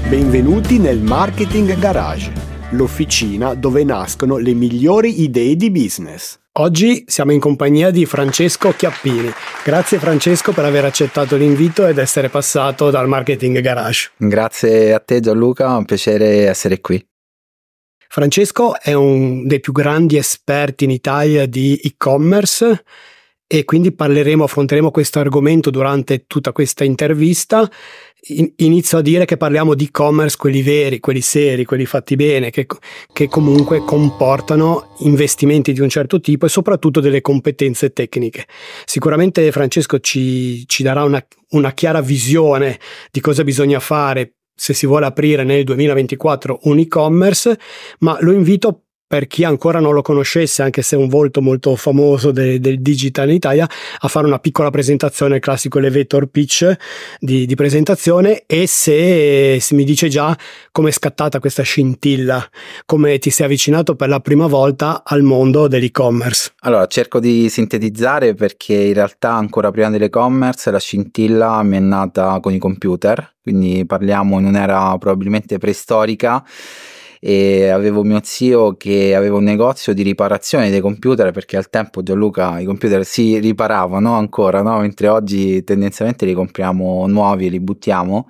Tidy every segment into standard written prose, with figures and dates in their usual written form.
Benvenuti nel Marketing Garage, l'officina dove nascono le migliori idee di business. Oggi siamo in compagnia di Francesco Chiappini. Grazie Francesco per aver accettato l'invito ed essere passato dal Marketing Garage. Grazie a te Gianluca, è un piacere essere qui. Francesco è un dei più grandi esperti in Italia di e-commerce e quindi affronteremo questo argomento durante tutta questa intervista. Inizio a dire che parliamo di e-commerce, quelli veri, quelli seri, quelli fatti bene, che comunque comportano investimenti di un certo tipo e soprattutto delle competenze tecniche. Sicuramente Francesco ci darà una chiara visione di cosa bisogna fare se si vuole aprire nel 2024 un e-commerce, ma lo invito, per chi ancora non lo conoscesse, anche se è un volto molto famoso del digital in Italia, a fare una piccola presentazione, il classico elevator pitch di presentazione, e se mi dice già come è scattata questa scintilla, come ti sei avvicinato per la prima volta al mondo dell'e-commerce. Allora, cerco di sintetizzare perché in realtà ancora prima dell'e-commerce la scintilla mi è nata con i computer, quindi parliamo in un'era probabilmente preistorica. E avevo mio zio che aveva un negozio di riparazione dei computer, perché al tempo, Gianluca, i computer si riparavano ancora, no? Mentre oggi tendenzialmente li compriamo nuovi e li buttiamo,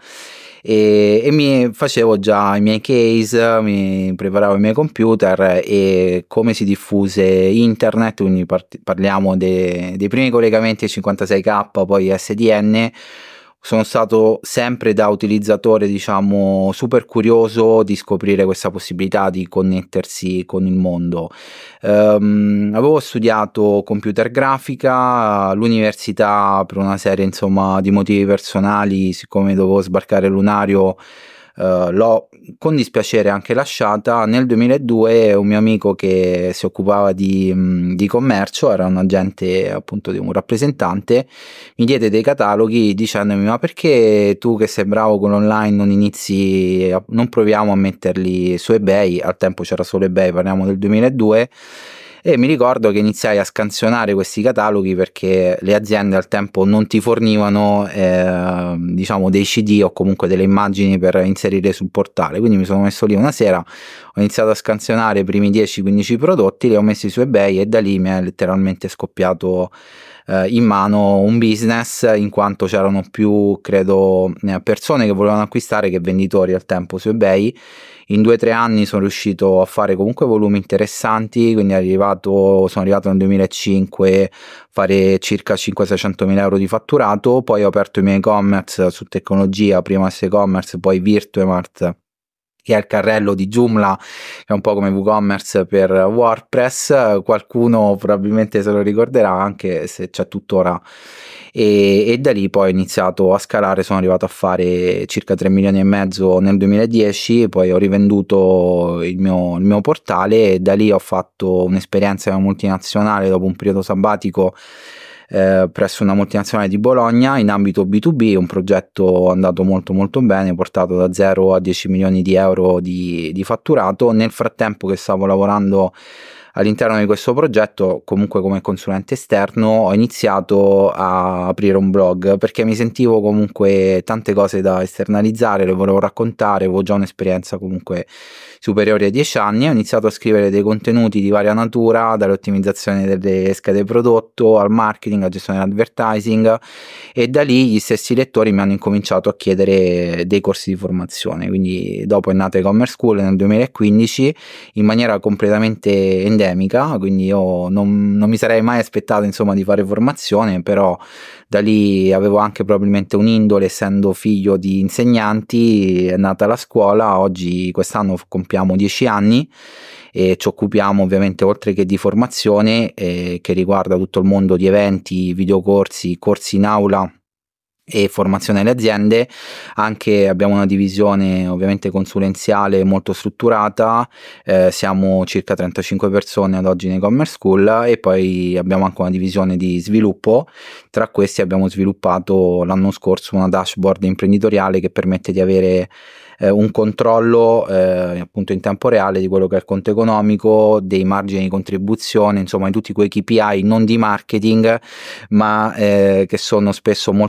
e mi facevo già i miei case, mi preparavo i miei computer e come si diffuse internet, quindi parliamo dei primi collegamenti 56K, poi SDN. Sono stato sempre da utilizzatore, diciamo, super curioso di scoprire questa possibilità di connettersi con il mondo. Avevo studiato computer grafica all'università per una serie, insomma, di motivi personali. Siccome dovevo sbarcare lunario, l'ho con dispiacere anche lasciata. Nel 2002 un mio amico che si occupava di commercio, era un agente appunto di un rappresentante, mi diede dei cataloghi dicendomi: ma perché tu che sei bravo con l'online non proviamo a metterli su eBay? Al tempo c'era solo eBay, parliamo del 2002. E mi ricordo che iniziai a scansionare questi cataloghi perché le aziende al tempo non ti fornivano diciamo dei CD o comunque delle immagini per inserire sul portale. Quindi mi sono messo lì una sera, ho iniziato a scansionare i primi 10-15 prodotti, li ho messi su eBay e da lì mi è letteralmente scoppiato in mano un business, in quanto c'erano più, credo, persone che volevano acquistare che venditori al tempo su eBay. In 2-3 anni sono riuscito a fare comunque volumi interessanti, quindi sono arrivato nel 2005 a fare circa 500-600 mila euro di fatturato. Poi ho aperto i miei e-commerce su tecnologia, prima S-Commerce, poi Virtuemart, che è il carrello di Joomla, che è un po' come WooCommerce per WordPress. Qualcuno probabilmente se lo ricorderà, anche se c'è tuttora. E da lì poi ho iniziato a scalare, sono arrivato a fare circa 3 milioni e mezzo nel 2010, poi ho rivenduto il mio portale e da lì ho fatto un'esperienza in una multinazionale dopo un periodo sabbatico presso una multinazionale di Bologna in ambito B2B, un progetto andato molto molto bene, portato da 0 a 10 milioni di euro di fatturato. Nel frattempo che stavo lavorando all'interno di questo progetto, comunque come consulente esterno, ho iniziato a aprire un blog perché mi sentivo comunque tante cose da esternalizzare, le volevo raccontare, avevo già un'esperienza comunque superiore ai 10 anni. Ho iniziato a scrivere dei contenuti di varia natura, dall'ottimizzazione delle schede prodotto al marketing, alla gestione dell'advertising, e da lì gli stessi lettori mi hanno incominciato a chiedere dei corsi di formazione. Quindi dopo è nata e-commerce school nel 2015 in maniera completamente endemica, quindi io non mi sarei mai aspettato, insomma, di fare formazione, però da lì avevo anche probabilmente un'indole, essendo figlio di insegnanti. È nata la scuola, oggi quest'anno compiamo 10 anni e ci occupiamo ovviamente, oltre che di formazione, che riguarda tutto il mondo di eventi, videocorsi, corsi in aula e formazione alle aziende. Anche abbiamo una divisione ovviamente consulenziale molto strutturata, siamo circa 35 persone ad oggi nei Commerce School, e poi abbiamo anche una divisione di sviluppo. Tra questi abbiamo sviluppato l'anno scorso una dashboard imprenditoriale che permette di avere un controllo appunto in tempo reale di quello che è il conto economico, dei margini di contribuzione, insomma di tutti quei KPI non di marketing ma che sono spesso molto più importanti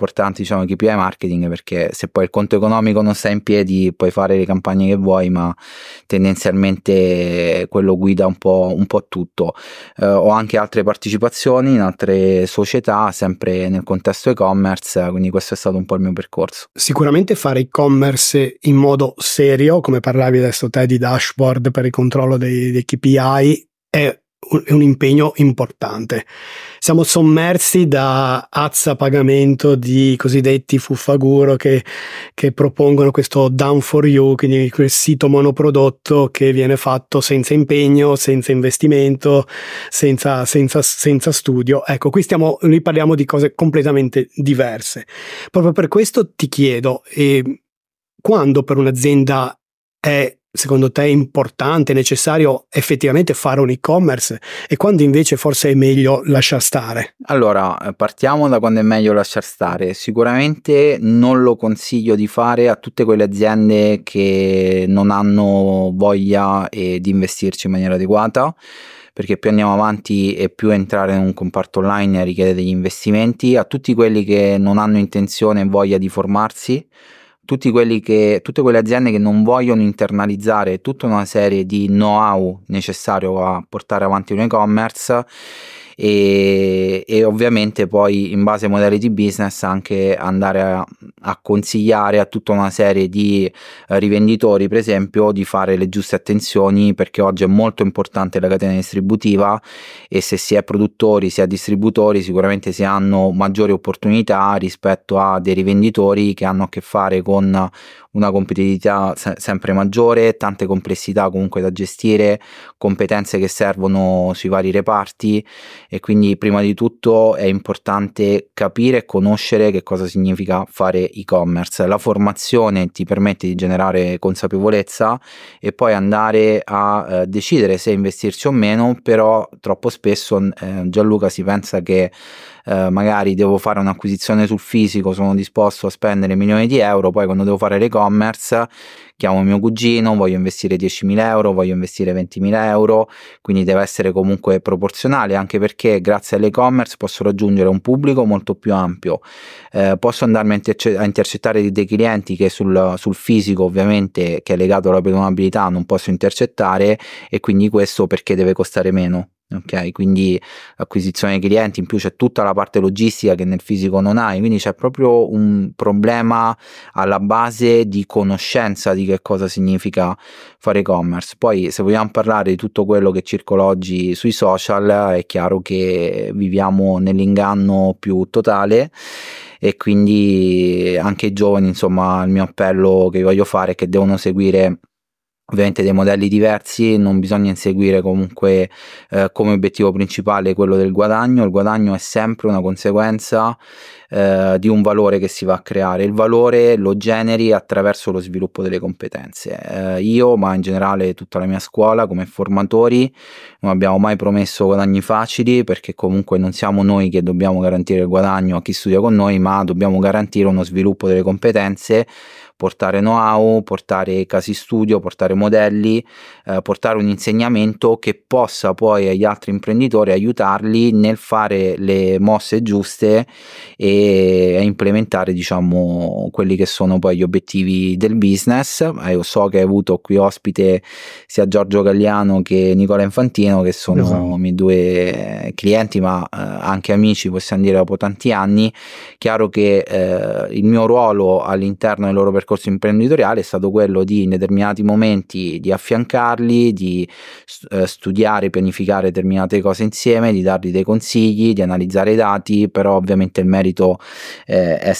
importanti, diciamo, KPI marketing, perché se poi il conto economico non sta in piedi puoi fare le campagne che vuoi, ma tendenzialmente quello guida un po' tutto. Ho anche altre partecipazioni in altre società, sempre nel contesto e-commerce, quindi questo è stato un po' il mio percorso. Sicuramente fare e-commerce in modo serio, come parlavi adesso te di dashboard per il controllo dei KPI, è un impegno importante. Siamo sommersi da ads a pagamento di cosiddetti fuffaguro che propongono questo done for you, quindi quel sito monoprodotto che viene fatto senza impegno, senza investimento, senza studio. Ecco, qui parliamo di cose completamente diverse. Proprio per questo ti chiedo, quando per un'azienda è secondo te importante, necessario effettivamente fare un e-commerce e quando invece forse è meglio lasciar stare? Allora, partiamo da quando è meglio lasciar stare. Sicuramente non lo consiglio di fare a tutte quelle aziende che non hanno voglia di investirci in maniera adeguata, perché più andiamo avanti e più entrare in un comparto online richiede degli investimenti. A tutti quelli che non hanno intenzione e voglia di formarsi, tutte quelle aziende che non vogliono internalizzare tutta una serie di know-how necessario a portare avanti un e-commerce, e ovviamente poi in base ai modelli di business anche andare a consigliare a tutta una serie di rivenditori, per esempio, di fare le giuste attenzioni, perché oggi è molto importante la catena distributiva e se si è produttori sia distributori sicuramente si hanno maggiori opportunità rispetto a dei rivenditori che hanno a che fare con una competitività sempre maggiore, tante complessità comunque da gestire, competenze che servono sui vari reparti, e quindi prima di tutto è importante capire e conoscere che cosa significa fare e-commerce. La formazione ti permette di generare consapevolezza e poi andare a decidere se investirci o meno, però troppo spesso Gianluca si pensa che magari devo fare un'acquisizione sul fisico, sono disposto a spendere milioni di euro, poi quando devo fare l'e-commerce chiamo mio cugino, voglio investire 10.000 euro, voglio investire 20.000 euro, quindi deve essere comunque proporzionale, anche perché grazie all'e-commerce posso raggiungere un pubblico molto più ampio, posso andarmi a intercettare dei clienti che sul fisico, ovviamente, che è legato alla pedonabilità, non posso intercettare, e quindi questo perché deve costare meno. Ok, quindi acquisizione clienti, in più c'è tutta la parte logistica che nel fisico non hai, quindi c'è proprio un problema alla base di conoscenza di che cosa significa fare e-commerce. Poi se vogliamo parlare di tutto quello che circola oggi sui social, è chiaro che viviamo nell'inganno più totale, e quindi anche i giovani, insomma, il mio appello che voglio fare è che devono seguire ovviamente dei modelli diversi, non bisogna inseguire comunque come obiettivo principale quello del guadagno. Il guadagno è sempre una conseguenza di un valore che si va a creare. Il valore lo generi attraverso lo sviluppo delle competenze. Io, ma in generale tutta la mia scuola, come formatori, non abbiamo mai promesso guadagni facili, perché comunque non siamo noi che dobbiamo garantire il guadagno a chi studia con noi, ma dobbiamo garantire uno sviluppo delle competenze, portare know-how, portare casi studio, portare modelli, portare un insegnamento che possa poi agli altri imprenditori aiutarli nel fare le mosse giuste e a implementare, diciamo, quelli che sono poi gli obiettivi del business. Io so che hai avuto qui ospite sia Giorgio Galliano che Nicola Infantino, che sono i miei due clienti, ma anche amici, possiamo dire, dopo tanti anni. Chiaro che il mio ruolo all'interno del loro percorso imprenditoriale è stato quello di, in determinati momenti, di affiancarli, di studiare, pianificare determinate cose insieme, di dargli dei consigli, di analizzare i dati, però ovviamente il merito è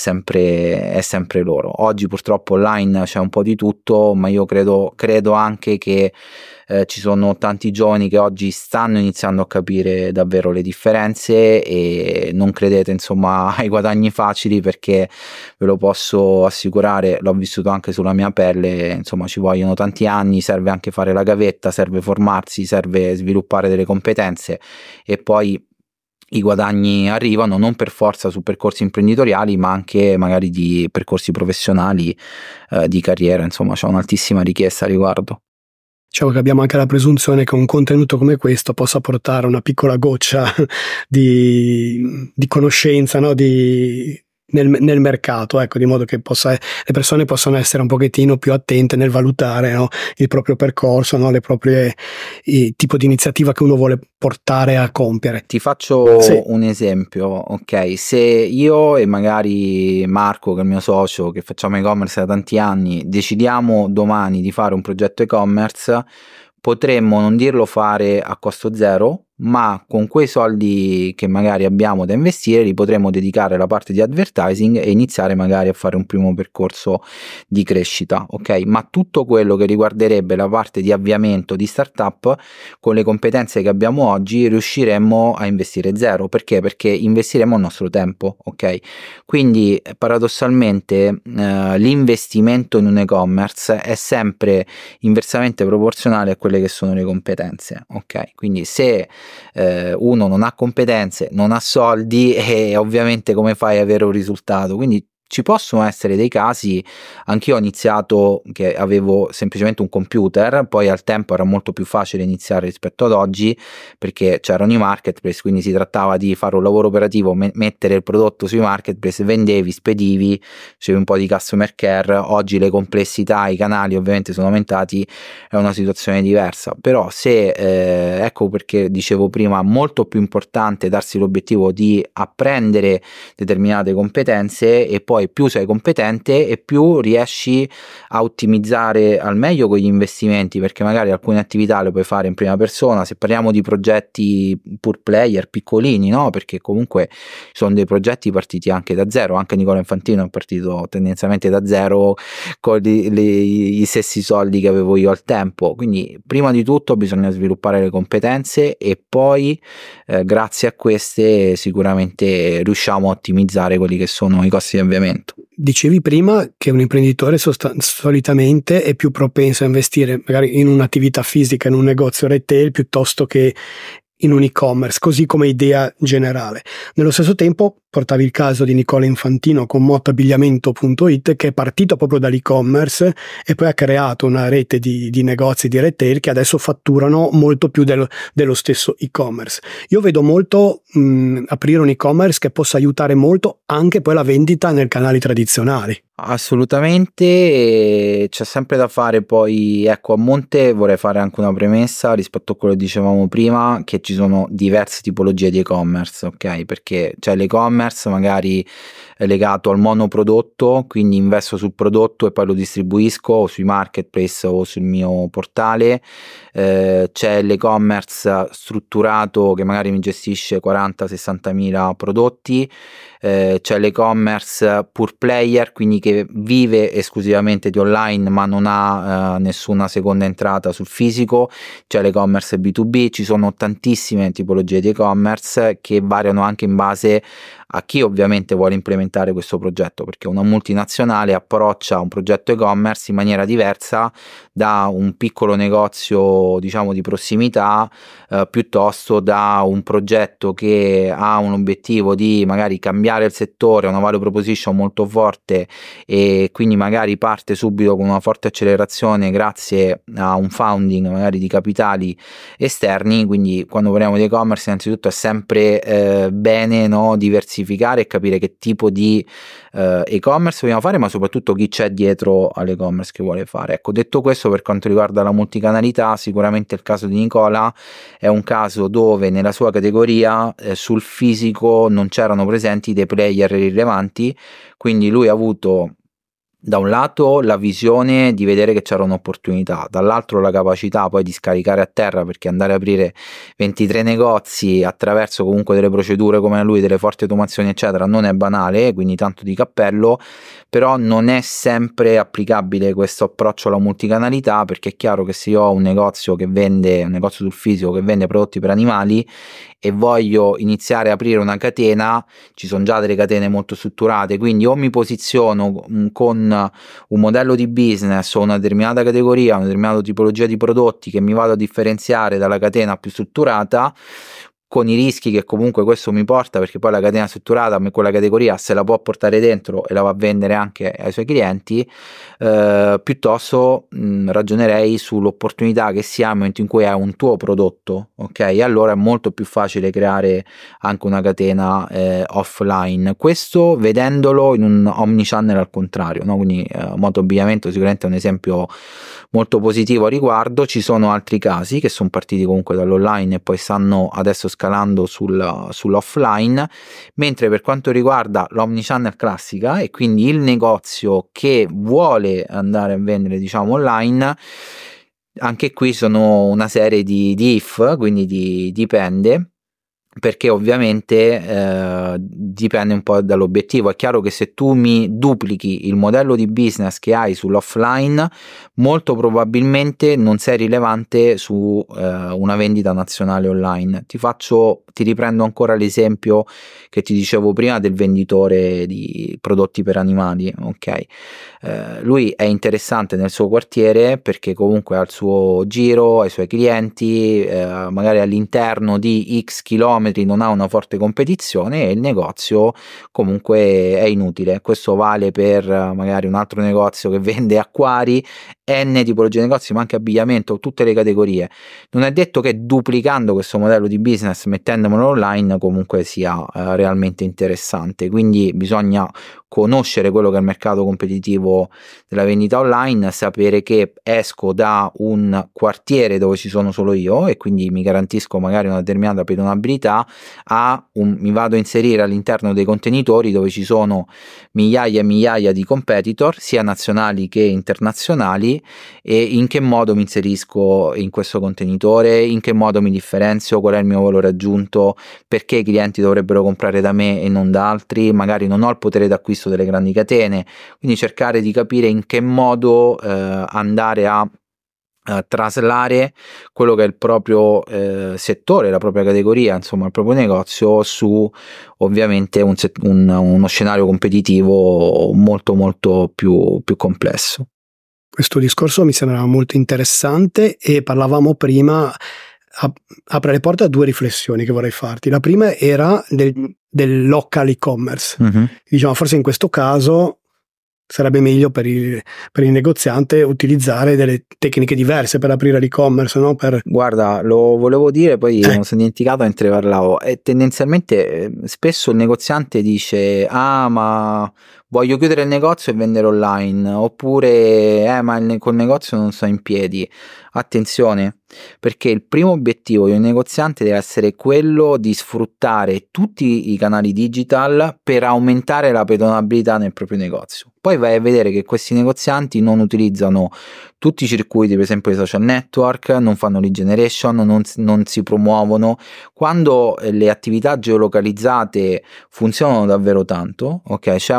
sempre loro. Oggi purtroppo online c'è un po' di tutto, ma io credo anche che ci sono tanti giovani che oggi stanno iniziando a capire davvero le differenze, e non credete, insomma, ai guadagni facili, perché ve lo posso assicurare, l'ho vissuto anche sulla mia pelle, insomma ci vogliono tanti anni, serve anche fare la gavetta, serve formarsi, serve sviluppare delle competenze, e poi i guadagni arrivano non per forza su percorsi imprenditoriali, ma anche magari di percorsi professionali, di carriera, insomma c'è un'altissima richiesta a riguardo. Diciamo che abbiamo anche la presunzione che un contenuto come questo possa portare una piccola goccia di conoscenza, no? di nel mercato, ecco, di modo che le persone possano essere un pochettino più attente nel valutare, no, il proprio percorso, no, le proprie tipo di iniziativa che uno vuole portare a compiere. Ti faccio un esempio, ok? Se io e magari Marco, che è il mio socio, che facciamo e-commerce da tanti anni, decidiamo domani di fare un progetto e-commerce, potremmo non dirlo fare a costo zero, ma con quei soldi che magari abbiamo da investire li potremmo dedicare alla parte di advertising e iniziare magari a fare un primo percorso di crescita, ok? Ma tutto quello che riguarderebbe la parte di avviamento di startup, con le competenze che abbiamo oggi riusciremmo a investire zero. Perché? Perché investiremo il nostro tempo, ok? Quindi paradossalmente l'investimento in un e-commerce è sempre inversamente proporzionale a quelle che sono le competenze, ok? Quindi se uno non ha competenze, non ha soldi, e ovviamente come fai ad avere un risultato? Quindi ci possono essere dei casi, anch'io ho iniziato che avevo semplicemente un computer, poi al tempo era molto più facile iniziare rispetto ad oggi perché c'erano i marketplace, quindi si trattava di fare un lavoro operativo, mettere il prodotto sui marketplace, vendevi, spedivi, facevi un po' di customer care. Oggi le complessità, i canali ovviamente sono aumentati, è una situazione diversa, però se ecco perché dicevo prima, molto più importante darsi l'obiettivo di apprendere determinate competenze, e poi più sei competente e più riesci a ottimizzare al meglio con gli investimenti, perché magari alcune attività le puoi fare in prima persona. Se parliamo di progetti pure player piccolini, no? Perché comunque sono dei progetti partiti anche da zero, anche Nicola Infantino è partito tendenzialmente da zero con i stessi soldi che avevo io al tempo. Quindi prima di tutto bisogna sviluppare le competenze e poi grazie a queste sicuramente riusciamo a ottimizzare quelli che sono i costi di avviamento. Dicevi prima che un imprenditore solitamente è più propenso a investire magari in un'attività fisica, in un negozio retail, piuttosto che in un e-commerce, così come idea generale. Nello stesso tempo portavi il caso di Nicola Infantino con motoabbigliamento.it, che è partito proprio dall'e-commerce e poi ha creato una rete di negozi di retail che adesso fatturano molto più dello stesso e-commerce. Io vedo molto aprire un e-commerce che possa aiutare molto anche poi la vendita nei canali tradizionali. Assolutamente, c'è sempre da fare. Poi ecco, a monte vorrei fare anche una premessa rispetto a quello che dicevamo prima, che ci sono diverse tipologie di e-commerce, ok? Perché c'è l'e-commerce magari legato al monoprodotto, quindi investo sul prodotto e poi lo distribuisco o sui marketplace o sul mio portale. C'è l'e-commerce strutturato che magari mi gestisce 40-60 mila prodotti. C'è l'e-commerce pure player, quindi che vive esclusivamente di online ma non ha nessuna seconda entrata sul fisico. C'è l'e-commerce B2B, ci sono tantissime tipologie di e-commerce che variano anche in base a chi ovviamente vuole implementare questo progetto, perché una multinazionale approccia un progetto e-commerce in maniera diversa da un piccolo negozio, diciamo, di prossimità, piuttosto da un progetto che ha un obiettivo di magari cambiare il settore, una value proposition molto forte e quindi magari parte subito con una forte accelerazione grazie a un founding magari di capitali esterni. Quindi quando parliamo di e-commerce innanzitutto è sempre bene, no, diversificare e capire che tipo di e-commerce vogliamo fare, ma soprattutto chi c'è dietro all'e-commerce che vuole fare. Ecco, detto questo, per quanto riguarda la multicanalità, sicuramente il caso di Nicola è un caso dove nella sua categoria sul fisico non c'erano presenti dei player rilevanti, quindi lui ha avuto da un lato la visione di vedere che c'era un'opportunità, dall'altro la capacità poi di scaricare a terra, perché andare a aprire 23 negozi attraverso comunque delle procedure come lui, delle forti automazioni eccetera, non è banale, quindi tanto di cappello. Però non è sempre applicabile questo approccio alla multicanalità, perché è chiaro che se io ho un negozio che vende, un negozio sul fisico che vende prodotti per animali e voglio iniziare a aprire una catena, ci sono già delle catene molto strutturate, quindi o mi posiziono con un modello di business o una determinata categoria, una determinata tipologia di prodotti che mi vado a differenziare dalla catena più strutturata, con i rischi che comunque questo mi porta, perché poi la catena strutturata quella categoria se la può portare dentro e la va a vendere anche ai suoi clienti, piuttosto ragionerei sull'opportunità che si ha nel momento in cui hai un tuo prodotto, ok? Allora è molto più facile creare anche una catena offline, questo vedendolo in un omnichannel al contrario, no? Quindi moto abbigliamento sicuramente è un esempio molto positivo a riguardo. Ci sono altri casi che sono partiti comunque dall'online e poi stanno adesso scalando sull'offline, mentre per quanto riguarda l'omnichannel classica e quindi il negozio che vuole andare a vendere diciamo online, anche qui sono una serie di if, quindi dipende, perché ovviamente dipende un po' dall'obiettivo. È chiaro che se tu mi duplichi il modello di business che hai sull'offline, molto probabilmente non sei rilevante su una vendita nazionale online. Ti riprendo ancora l'esempio che ti dicevo prima del venditore di prodotti per animali, ok? Lui è interessante nel suo quartiere perché comunque ha il suo giro, ha i suoi clienti, magari all'interno di X chilometri non ha una forte competizione e il negozio comunque è inutile. Questo vale per magari un altro negozio che vende acquari, N tipologie di negozi, ma anche abbigliamento, tutte le categorie. Non è detto che duplicando questo modello di business, mettendomelo online, comunque sia realmente interessante. Quindi bisogna conoscere quello che è il mercato competitivo della vendita online, sapere che esco da un quartiere dove ci sono solo io e quindi mi garantisco magari una determinata pedonabilità, mi vado a inserire all'interno dei contenitori dove ci sono migliaia e migliaia di competitor, sia nazionali che internazionali, e in che modo mi inserisco in questo contenitore, in che modo mi differenzio, qual è il mio valore aggiunto, perché i clienti dovrebbero comprare da me e non da altri, magari non ho il potere d'acquisto delle grandi catene, quindi cercare di capire in che modo andare a traslare quello che è il proprio settore, la propria categoria, insomma il proprio negozio su ovviamente uno scenario competitivo molto molto più complesso. Questo discorso mi sembrava molto interessante e parlavamo prima, apre le porte a due riflessioni che vorrei farti. La prima era del local e-commerce. Diciamo, forse in questo caso sarebbe meglio per il negoziante utilizzare delle tecniche diverse per aprire l'e-commerce, no? Guarda, lo volevo dire, poi non sono dimenticato mentre parlavo. E tendenzialmente spesso il negoziante dice: ah, ma voglio chiudere il negozio e vendere online, oppure ma col negozio non sto in piedi. Attenzione, perché il primo obiettivo di un negoziante deve essere quello di sfruttare tutti i canali digital per aumentare la pedonabilità nel proprio negozio. Poi vai a vedere che questi negozianti non utilizzano tutti i circuiti, per esempio i social network, non fanno lead generation, non si promuovono. Quando le attività geolocalizzate funzionano davvero tanto, ok, c'è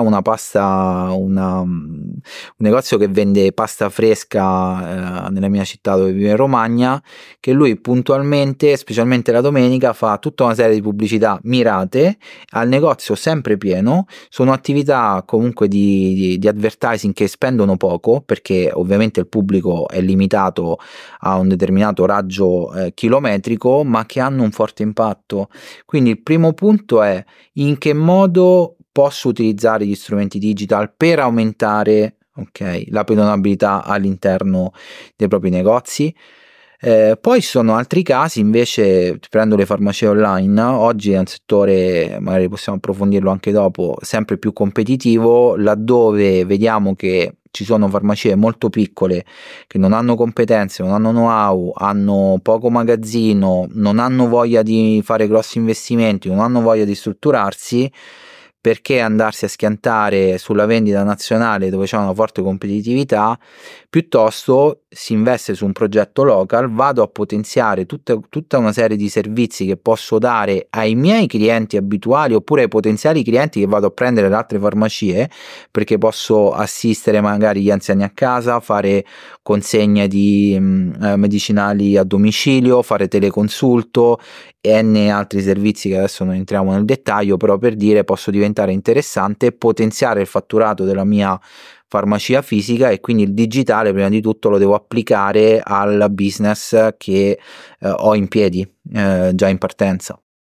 un negozio che vende pasta fresca nella mia città dove vive in Romagna, che lui puntualmente, specialmente la domenica, fa tutta una serie di pubblicità mirate al negozio sempre pieno. Sono attività comunque di advertising che spendono poco, perché ovviamente il pubblico è limitato a un determinato raggio chilometrico, ma che hanno un forte impatto. Quindi il primo punto è: in che modo posso utilizzare gli strumenti digital per aumentare la pedonabilità all'interno dei propri negozi. Poi ci sono altri casi invece, prendo le farmacie online, oggi è un settore, magari possiamo approfondirlo anche dopo, sempre più competitivo, laddove vediamo che ci sono farmacie molto piccole che non hanno competenze, non hanno know-how, hanno poco magazzino, non hanno voglia di fare grossi investimenti, non hanno voglia di strutturarsi. Perché andarsi a schiantare sulla vendita nazionale dove c'è una forte competitività? Piuttosto si investe su un progetto local, vado a potenziare tutta una serie di servizi che posso dare ai miei clienti abituali oppure ai potenziali clienti che vado a prendere da altre farmacie, perché posso assistere magari gli anziani a casa, fare consegne di medicinali a domicilio, fare teleconsulto e n altri servizi che adesso non entriamo nel dettaglio, però per dire posso diventare interessante e potenziare il fatturato della mia farmacia fisica, e quindi il digitale prima di tutto lo devo applicare al business che ho in piedi già in partenza.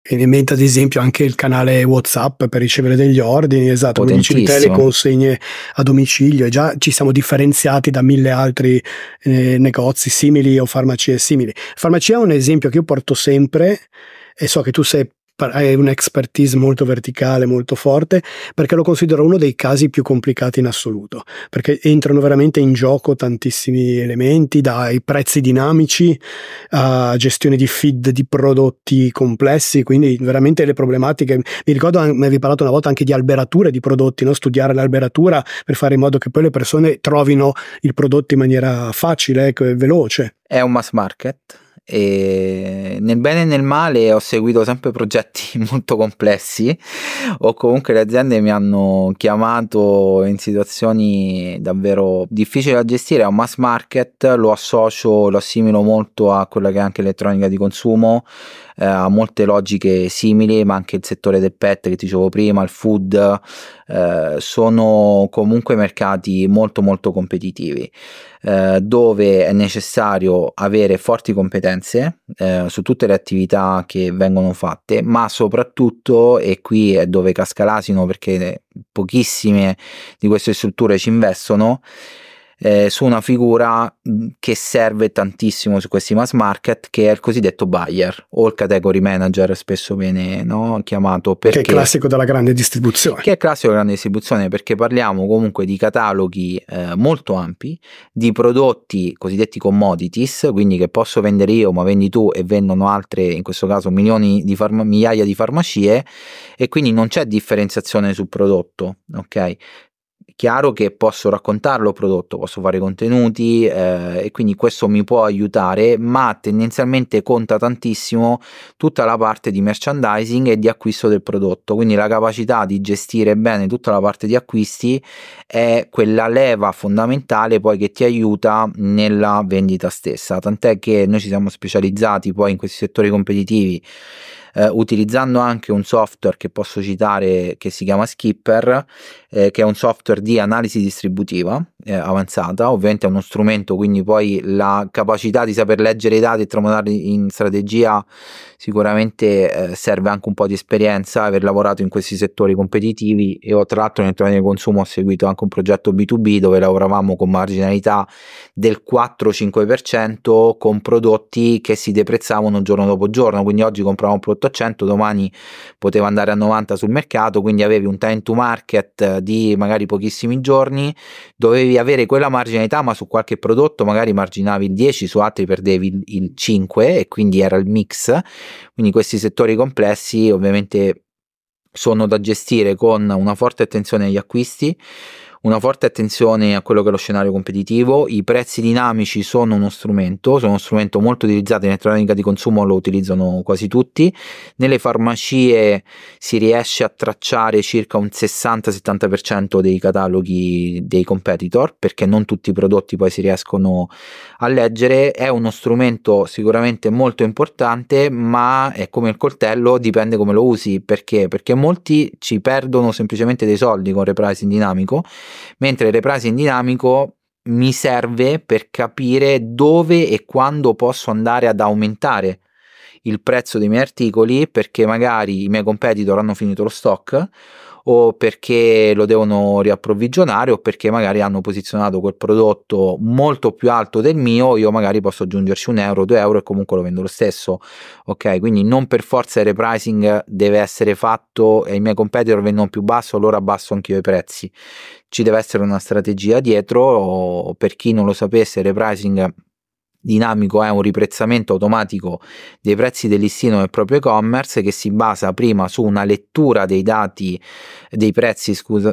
Viene in mente ad esempio anche il canale WhatsApp per ricevere degli ordini, esatto, come dicevi te, le consegne a domicilio, e già ci siamo differenziati da 1000 altri negozi simili o farmacie simili. Farmacia è un esempio che io porto sempre, e so che tu hai un'expertise molto verticale, molto forte, perché lo considero uno dei casi più complicati in assoluto, perché entrano veramente in gioco tantissimi elementi, dai prezzi dinamici a gestione di feed di prodotti complessi, quindi veramente le problematiche. Mi ricordo, mi avevi parlato una volta anche di alberature di prodotti, no? Studiare l'alberatura per fare in modo che poi le persone trovino il prodotto in maniera facile, e veloce. È un mass market. E nel bene e nel male ho seguito sempre progetti molto complessi, o comunque le aziende mi hanno chiamato in situazioni davvero difficili da gestire. È un mass market, lo assimilo molto a quella che è anche elettronica di consumo, ha molte logiche simili, ma anche il settore del pet che ti dicevo prima, il food, sono comunque mercati molto molto competitivi, dove è necessario avere forti competenze su tutte le attività che vengono fatte, ma soprattutto, e qui è dove casca l'asino perché pochissime di queste strutture ci investono, su una figura che serve tantissimo su questi mass market, che è il cosiddetto buyer o il category manager, spesso viene chiamato, perché che è classico della grande distribuzione. Che è classico della grande distribuzione, perché parliamo comunque di cataloghi molto ampi, di prodotti cosiddetti commodities, quindi che posso vendere io ma vendi tu e vendono altre, in questo caso migliaia di farmacie, e quindi non c'è differenziazione sul prodotto, ok? Chiaro che posso raccontarlo prodotto, posso fare contenuti, e quindi questo mi può aiutare, ma tendenzialmente conta tantissimo tutta la parte di merchandising e di acquisto del prodotto, quindi la capacità di gestire bene tutta la parte di acquisti è quella leva fondamentale poi che ti aiuta nella vendita stessa, tant'è che noi ci siamo specializzati poi in questi settori competitivi, utilizzando anche un software che posso citare che si chiama Skipper, che è un software di analisi distributiva avanzata. Ovviamente è uno strumento, quindi poi la capacità di saper leggere i dati e tramutarli in strategia sicuramente serve anche un po' di esperienza, aver lavorato in questi settori competitivi. E tra l'altro nel terreno del consumo ho seguito anche un progetto B2B dove lavoravamo con marginalità del 4-5% con prodotti che si deprezzavano giorno dopo giorno, quindi oggi compravo un prodotto a 100, domani poteva andare a 90 sul mercato, quindi avevi un time to market di magari pochissimi giorni, dovevi avere quella marginalità, ma su qualche prodotto magari marginavi il 10, su altri perdevi il 5, e quindi era il mix. Quindi questi settori complessi ovviamente sono da gestire con una forte attenzione agli acquisti, una forte attenzione a quello che è lo scenario competitivo. I prezzi dinamici sono uno strumento molto utilizzato in elettronica di consumo, lo utilizzano quasi tutti. Nelle farmacie si riesce a tracciare circa un 60-70% dei cataloghi dei competitor, perché non tutti i prodotti poi si riescono a leggere. È uno strumento sicuramente molto importante, ma è come il coltello, dipende come lo usi. Perché molti ci perdono semplicemente dei soldi con repricing dinamico, mentre il repricing dinamico mi serve per capire dove e quando posso andare ad aumentare il prezzo dei miei articoli, perché magari i miei competitor hanno finito lo stock, o perché lo devono riapprovvigionare, o perché magari hanno posizionato quel prodotto molto più alto del mio, io magari posso aggiungerci €1, €2 e comunque lo vendo lo stesso, ok? Quindi non per forza il repricing deve essere fatto e i miei competitor vendono più basso, allora abbasso anche io i prezzi. Ci deve essere una strategia dietro. Per chi non lo sapesse, il repricing dinamico è un riprezzamento automatico dei prezzi del listino del proprio e-commerce, che si basa prima su una lettura dei dati dei prezzi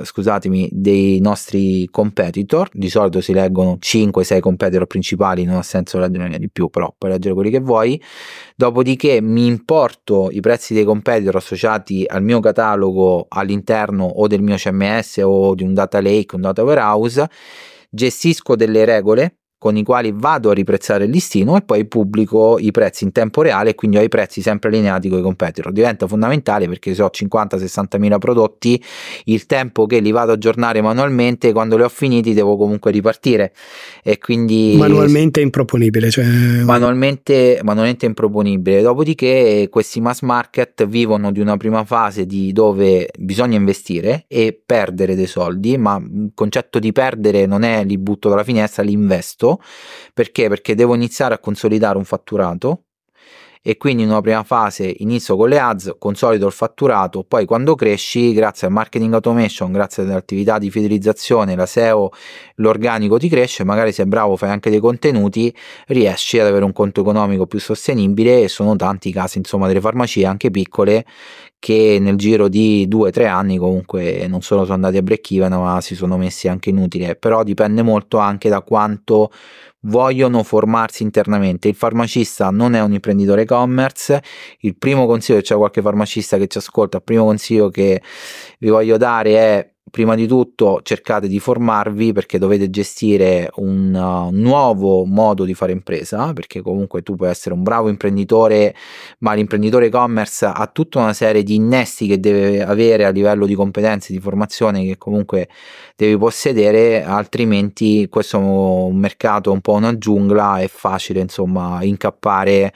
dei nostri competitor. Di solito si leggono 5-6 competitor principali, non ha senso leggere di più, però puoi leggere quelli che vuoi. Dopodiché mi importo i prezzi dei competitor associati al mio catalogo all'interno o del mio CMS o di un data lake, un data warehouse, gestisco delle regole con i quali vado a riprezzare il listino e poi pubblico i prezzi in tempo reale, e quindi ho i prezzi sempre allineati con i competitor. Diventa fondamentale perché se ho 50-60 mila prodotti, il tempo che li vado a aggiornare manualmente, quando li ho finiti devo comunque ripartire, e quindi manualmente è improponibile, cioè manualmente improponibile. Dopodiché questi mass market vivono di una prima fase dove bisogna investire e perdere dei soldi, ma il concetto di perdere non è li butto dalla finestra, li investo. Perché devo iniziare a consolidare un fatturato, e quindi in una prima fase inizio con le ads, consolido il fatturato, poi quando cresci, grazie al marketing automation, grazie alle attività di fidelizzazione, la SEO, l'organico ti cresce, magari sei bravo, fai anche dei contenuti, riesci ad avere un conto economico più sostenibile. E sono tanti i casi, insomma, delle farmacie anche piccole che nel giro di 2-3 anni comunque non solo sono andati a break even, ma si sono messi anche in utile. Però dipende molto anche da quanto vogliono formarsi internamente. Il farmacista non è un imprenditore e-commerce. Il primo consiglio, se c'è qualche farmacista che ci ascolta, il primo consiglio che vi voglio dare è: prima di tutto cercate di formarvi, perché dovete gestire un nuovo modo di fare impresa, perché comunque tu puoi essere un bravo imprenditore, ma l'imprenditore e-commerce ha tutta una serie di innesti che deve avere a livello di competenze, di formazione, che comunque devi possedere, altrimenti questo è un mercato un po' una giungla, è facile insomma incappare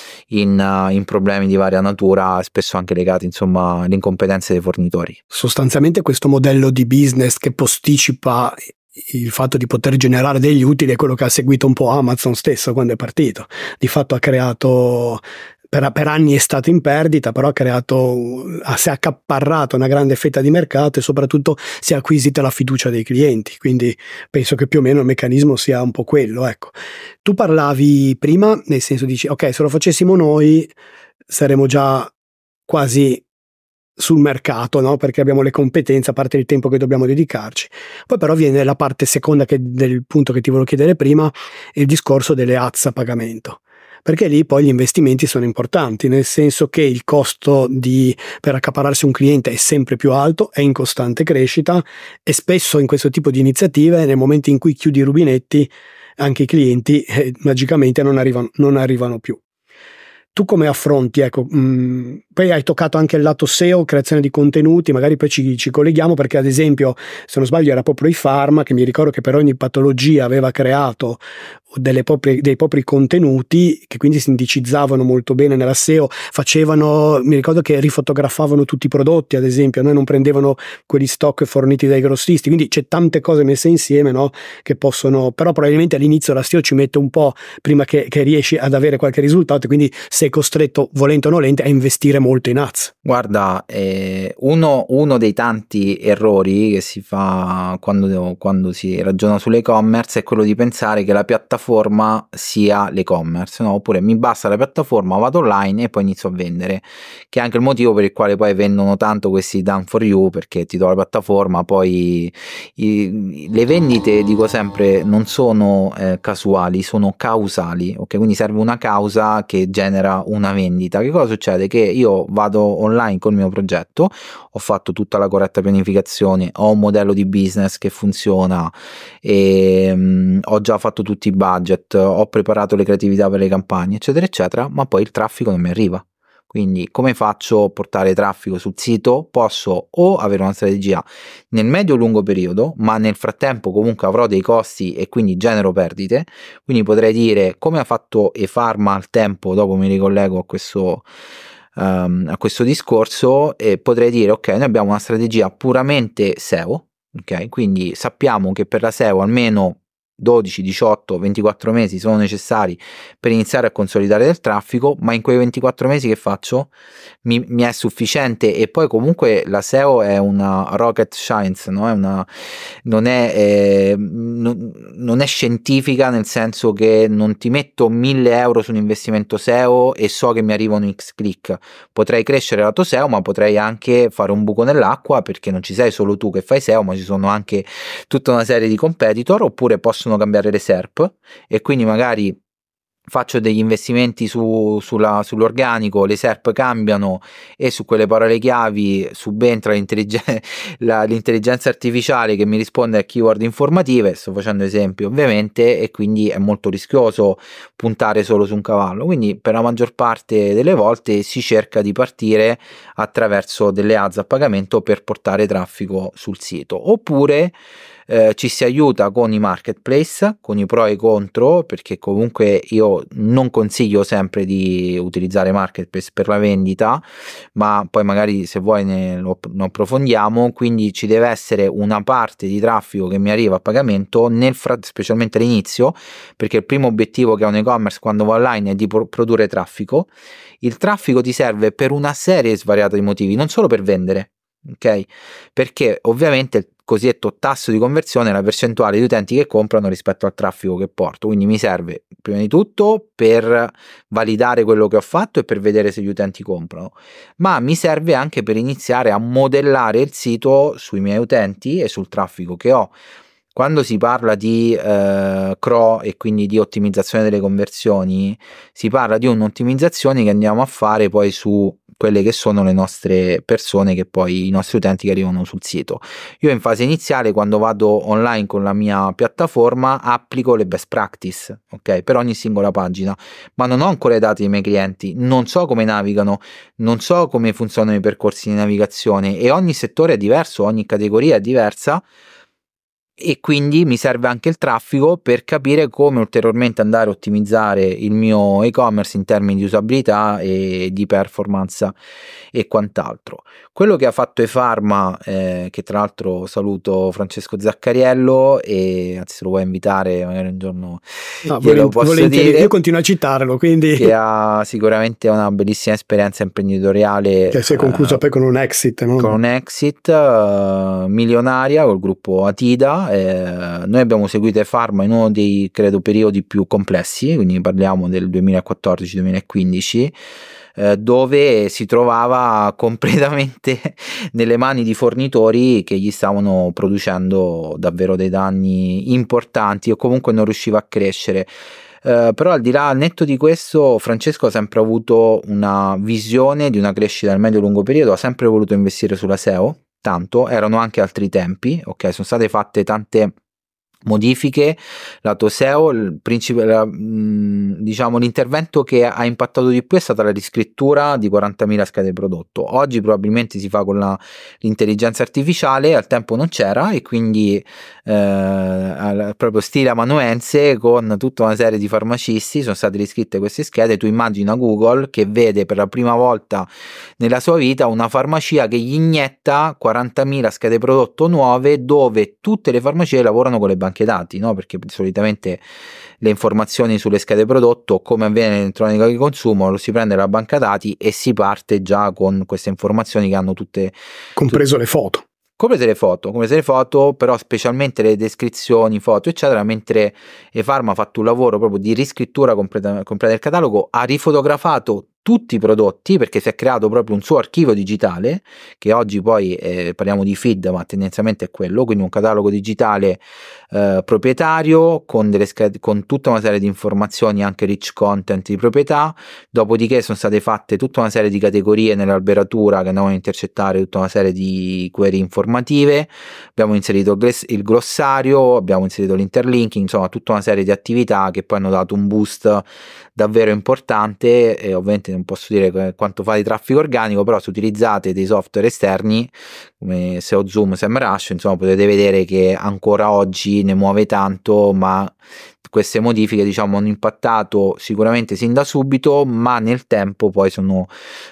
in problemi di varia natura, spesso anche legati insomma alle incompetenze dei fornitori. Sostanzialmente questo modello di business che posticipa il fatto di poter generare degli utili è quello che ha seguito un po' Amazon stesso quando è partito. Di fatto ha creato, per anni è stato in perdita, però si è accaparrato una grande fetta di mercato e soprattutto si è acquisita la fiducia dei clienti. Quindi penso che più o meno il meccanismo sia un po' quello, ecco. Tu parlavi prima, nel senso dici, ok, se lo facessimo noi saremmo già quasi sul mercato, no? Perché abbiamo le competenze, a parte il tempo che dobbiamo dedicarci. Poi però viene la parte seconda del punto che ti volevo chiedere prima, il discorso delle ads a pagamento. Perché lì poi gli investimenti sono importanti, nel senso che il costo per accaparrarsi un cliente è sempre più alto, è in costante crescita, e spesso in questo tipo di iniziative, nel momento in cui chiudi i rubinetti, anche i clienti magicamente non arrivano più. Tu come affronti? Ecco, poi hai toccato anche il lato SEO, creazione di contenuti, magari poi ci colleghiamo, perché ad esempio, se non sbaglio, era proprio iPharma che mi ricordo che per ogni patologia aveva creato dei propri contenuti che quindi si indicizzavano molto bene nella SEO, mi ricordo che rifotografavano tutti i prodotti, ad esempio, non prendevano quegli stock forniti dai grossisti, quindi c'è tante cose messe insieme, no? Che possono, però probabilmente all'inizio la SEO ci mette un po' prima che riesci ad avere qualche risultato, quindi sei costretto, volente o nolente, a investire molto in ads. Guarda, uno dei tanti errori che si fa quando si ragiona sull'e-commerce è quello di pensare che la piattaforma sia l'e-commerce, no? Oppure mi basta la piattaforma, vado online e poi inizio a vendere, che è anche il motivo per il quale poi vendono tanto questi done for you, perché ti do la piattaforma, poi le vendite, dico sempre, non sono casuali, sono causali, ok? Quindi serve una causa che genera una vendita. Che cosa succede? Che io vado online col mio progetto, ho fatto tutta la corretta pianificazione, ho un modello di business che funziona, e ho già fatto tutti i budget, ho preparato le creatività per le campagne, eccetera eccetera, ma poi il traffico non mi arriva. Quindi come faccio a portare traffico sul sito? Posso o avere una strategia nel medio-lungo periodo, ma nel frattempo comunque avrò dei costi e quindi genero perdite. Quindi potrei dire, come ha fatto ePharma al tempo, dopo mi ricollego a questo discorso, e potrei dire, ok, noi abbiamo una strategia puramente SEO, ok? Quindi sappiamo che per la SEO almeno 12, 18, 24 mesi sono necessari per iniziare a consolidare del traffico, ma in quei 24 mesi che faccio? Mi è sufficiente. E poi comunque la SEO è una rocket science, no? Non è scientifica, nel senso che non ti metto 1.000 euro su un investimento SEO e so che mi arrivano X click. Potrei crescere lato SEO, ma potrei anche fare un buco nell'acqua, perché non ci sei solo tu che fai SEO, ma ci sono anche tutta una serie di competitor, oppure possono cambiare le SERP, e quindi magari faccio degli investimenti sull'organico, le SERP cambiano e su quelle parole chiavi subentra l'intelligenza artificiale che mi risponde a keyword informative. Sto facendo esempi ovviamente, e quindi è molto rischioso puntare solo su un cavallo, quindi per la maggior parte delle volte si cerca di partire attraverso delle ads a pagamento per portare traffico sul sito, oppure ci si aiuta con i marketplace, con i pro e i contro, perché comunque io non consiglio sempre di utilizzare marketplace per la vendita, ma poi magari se vuoi ne approfondiamo. Quindi ci deve essere una parte di traffico che mi arriva a pagamento, specialmente all'inizio, perché il primo obiettivo che ha un e-commerce quando va online è di produrre traffico. Il traffico ti serve per una serie svariata di motivi, non solo per vendere, ok? Perché ovviamente il cosiddetto tasso di conversione è la percentuale di utenti che comprano rispetto al traffico che porto, quindi mi serve prima di tutto per validare quello che ho fatto e per vedere se gli utenti comprano, ma mi serve anche per iniziare a modellare il sito sui miei utenti e sul traffico che ho. Quando si parla di CRO e quindi di ottimizzazione delle conversioni, si parla di un'ottimizzazione che andiamo a fare poi su quelle che sono le nostre persone, che poi i nostri utenti che arrivano sul sito. Io in fase iniziale, quando vado online con la mia piattaforma, applico le best practice, ok, per ogni singola pagina, ma non ho ancora i dati dei miei clienti, non so come navigano, non so come funzionano i percorsi di navigazione, e ogni settore è diverso, ogni categoria è diversa, e quindi mi serve anche il traffico per capire come ulteriormente andare a ottimizzare il mio e-commerce in termini di usabilità e di performance e quant'altro. Quello che ha fatto eFarma, che tra l'altro saluto Francesco Zaccariello, e anzi, se lo vuoi invitare magari un giorno glielo posso dire, io continuo a citarlo, quindi che ha sicuramente una bellissima esperienza imprenditoriale che si è conclusa poi con un exit, no? Con un exit milionaria col gruppo Atida. Noi abbiamo seguito eFarma in uno dei, credo, periodi più complessi, quindi parliamo del 2014-2015, dove si trovava completamente nelle mani di fornitori che gli stavano producendo davvero dei danni importanti, o comunque non riusciva a crescere. Però al di là, al netto di questo, Francesco ha sempre avuto una visione di una crescita nel medio-lungo periodo, ha sempre voluto investire sulla SEO, tanto, erano anche altri tempi, ok, sono state fatte tante modifiche lato SEO. Diciamo l'intervento che ha impattato di più è stata la riscrittura di 40.000 schede prodotto. Oggi probabilmente si fa con l'intelligenza artificiale, al tempo non c'era, e quindi proprio stile amanuense, con tutta una serie di farmacisti sono state riscritte queste schede. Tu immagina Google che vede per la prima volta nella sua vita una farmacia che gli inietta 40.000 schede prodotto nuove, dove tutte le farmacie lavorano con le banche dati, no? Perché solitamente le informazioni sulle schede prodotto, come avviene nell'elettronica di consumo, lo si prende dalla banca dati e si parte già con queste informazioni che hanno tutte, compreso le foto. Comprese le foto, però specialmente le descrizioni, foto eccetera, mentre eFarma ha fatto un lavoro proprio di riscrittura completa del catalogo, ha rifotografato tutti i prodotti, perché si è creato proprio un suo archivio digitale, che oggi poi parliamo di feed, ma tendenzialmente è quello, quindi un catalogo digitale proprietario con tutta una serie di informazioni, anche rich content di proprietà. Dopodiché sono state fatte tutta una serie di categorie nell'alberatura che andavano a intercettare tutta una serie di query informative, abbiamo inserito il glossario, abbiamo inserito l'interlinking, insomma tutta una serie di attività che poi hanno dato un boost davvero importante. E ovviamente non posso dire quanto fa di traffico organico, però se utilizzate dei software esterni come SEO Zoom, SEMrush, insomma potete vedere che ancora oggi ne muove tanto, ma queste modifiche, diciamo, hanno impattato sicuramente sin da subito, ma nel tempo poi hanno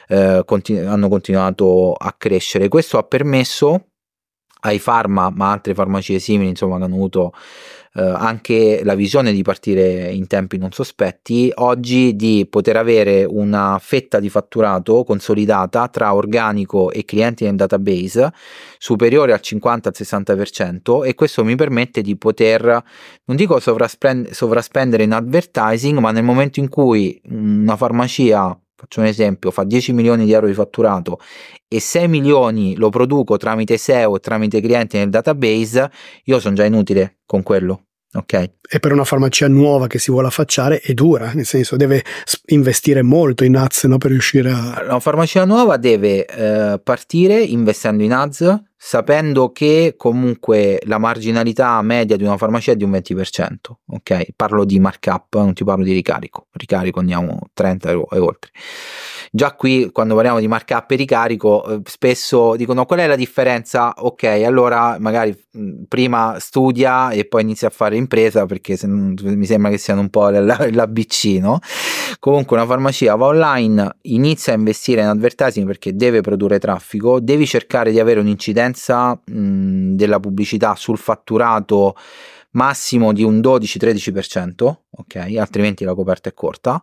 continuato a crescere. Questo ha permesso ai Pharma, ma altre farmacie simili, insomma, che hanno avuto anche la visione di partire in tempi non sospetti, oggi di poter avere una fetta di fatturato consolidata tra organico e clienti nel database superiore al 50-60%, e questo mi permette di poter, non dico sovraspendere in advertising, ma nel momento in cui una farmacia, faccio un esempio, fa 10 milioni di euro di fatturato e 6 milioni lo produco tramite SEO e tramite clienti nel database, io sono già inutile con quello. ok? E per una farmacia nuova che si vuole affacciare è dura, nel senso deve investire molto in ads, no, per riuscire a... Una farmacia nuova deve partire investendo in ads, sapendo che comunque la marginalità media di una farmacia è di un 20%, ok? Parlo di markup, non ti parlo di ricarico andiamo 30 e oltre. Già qui quando parliamo di markup e ricarico spesso dicono qual è la differenza? Ok, allora magari prima studia e poi inizia a fare impresa, perché mi sembra che siano un po' l'ABC, no? Comunque una farmacia va online, inizia a investire in advertising perché deve produrre traffico, devi cercare di avere un'incidenza della pubblicità sul fatturato massimo di un 12-13%, ok? Altrimenti la coperta è corta.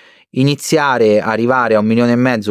Iniziare a arrivare a 1,5 milioni, 1,8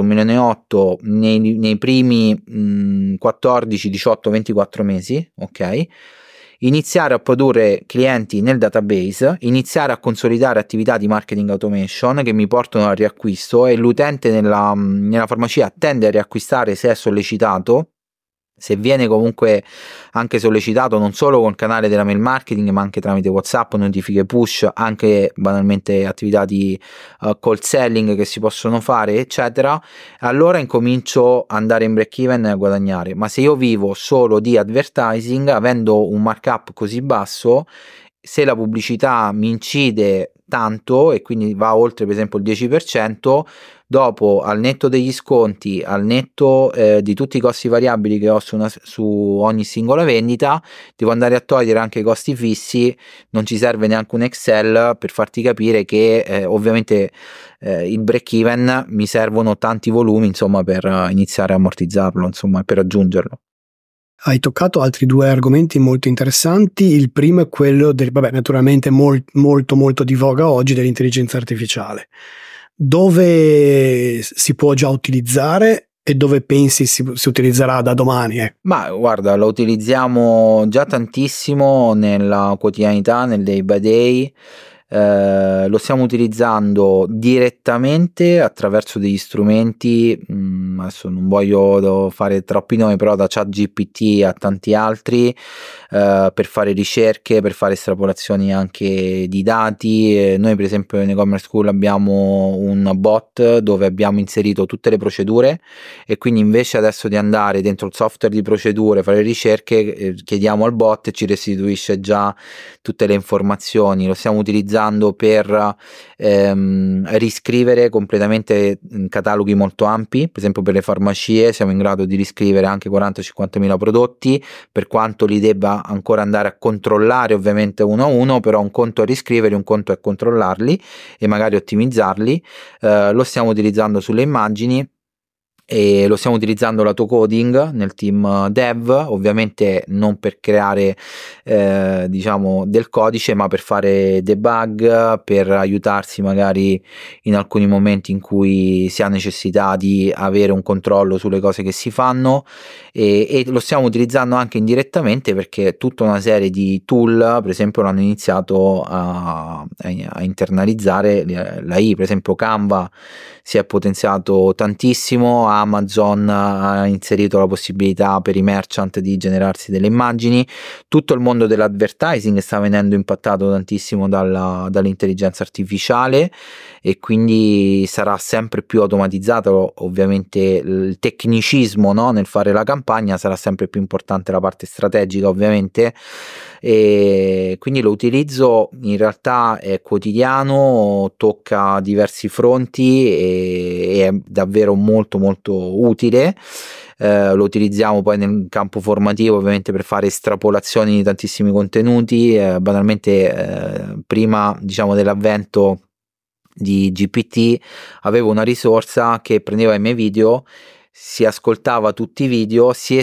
milioni nei primi 14, 18, 24 mesi, ok? Iniziare a produrre clienti nel database, iniziare a consolidare attività di marketing automation che mi portano al riacquisto, e l'utente nella farmacia tende a riacquistare se è sollecitato, se viene comunque anche sollecitato non solo col canale della mail marketing ma anche tramite WhatsApp, notifiche push, anche banalmente attività di call selling che si possono fare eccetera, allora incomincio ad andare in break even e a guadagnare. Ma se io vivo solo di advertising avendo un markup così basso, se la pubblicità mi incide tanto e quindi va oltre per esempio il 10%, dopo al netto degli sconti, al netto di tutti i costi variabili che ho su ogni singola vendita, devo andare a togliere anche i costi fissi. Non ci serve neanche un Excel per farti capire che ovviamente il break even mi servono tanti volumi, insomma, per iniziare a ammortizzarlo, insomma, per raggiungerlo. Hai toccato altri due argomenti molto interessanti. Il primo è quello naturalmente molto di voga oggi, dell'intelligenza artificiale. Dove si può già utilizzare e dove pensi si utilizzerà da domani? Ma guarda, lo utilizziamo già tantissimo nella quotidianità, nel day by day. Lo stiamo utilizzando direttamente attraverso degli strumenti, adesso non voglio fare troppi nomi, però da ChatGPT a tanti altri, per fare ricerche, per fare estrapolazioni anche di dati. Noi per esempio in E-Commerce School abbiamo un bot dove abbiamo inserito tutte le procedure, e quindi invece adesso di andare dentro il software di procedure, fare ricerche, chiediamo al bot e ci restituisce già tutte le informazioni. Lo stiamo utilizzando per riscrivere completamente cataloghi molto ampi. Per esempio per le farmacie siamo in grado di riscrivere anche 40-50 mila prodotti, per quanto li debba ancora andare a controllare ovviamente uno a uno, però un conto è riscriverli, un conto è controllarli e magari ottimizzarli. Lo stiamo utilizzando sulle immagini e lo stiamo utilizzando lato coding nel team dev, ovviamente non per creare diciamo del codice, ma per fare debug, per aiutarsi magari in alcuni momenti in cui si ha necessità di avere un controllo sulle cose che si fanno, e lo stiamo utilizzando anche indirettamente perché tutta una serie di tool per esempio hanno iniziato a internalizzare l'AI. Per esempio Canva si è potenziato tantissimo, Amazon ha inserito la possibilità per i merchant di generarsi delle immagini, tutto il mondo dell'advertising sta venendo impattato tantissimo dall'intelligenza artificiale, e quindi sarà sempre più automatizzato. Ovviamente il tecnicismo, no, nel fare la campagna sarà sempre più importante, la parte strategica ovviamente, e quindi lo utilizzo in realtà è quotidiano, tocca diversi fronti e è davvero molto utile. Lo utilizziamo poi nel campo formativo ovviamente per fare estrapolazioni di tantissimi contenuti. Banalmente prima diciamo dell'avvento di GPT avevo una risorsa che prendeva i miei video, si ascoltava tutti i video, si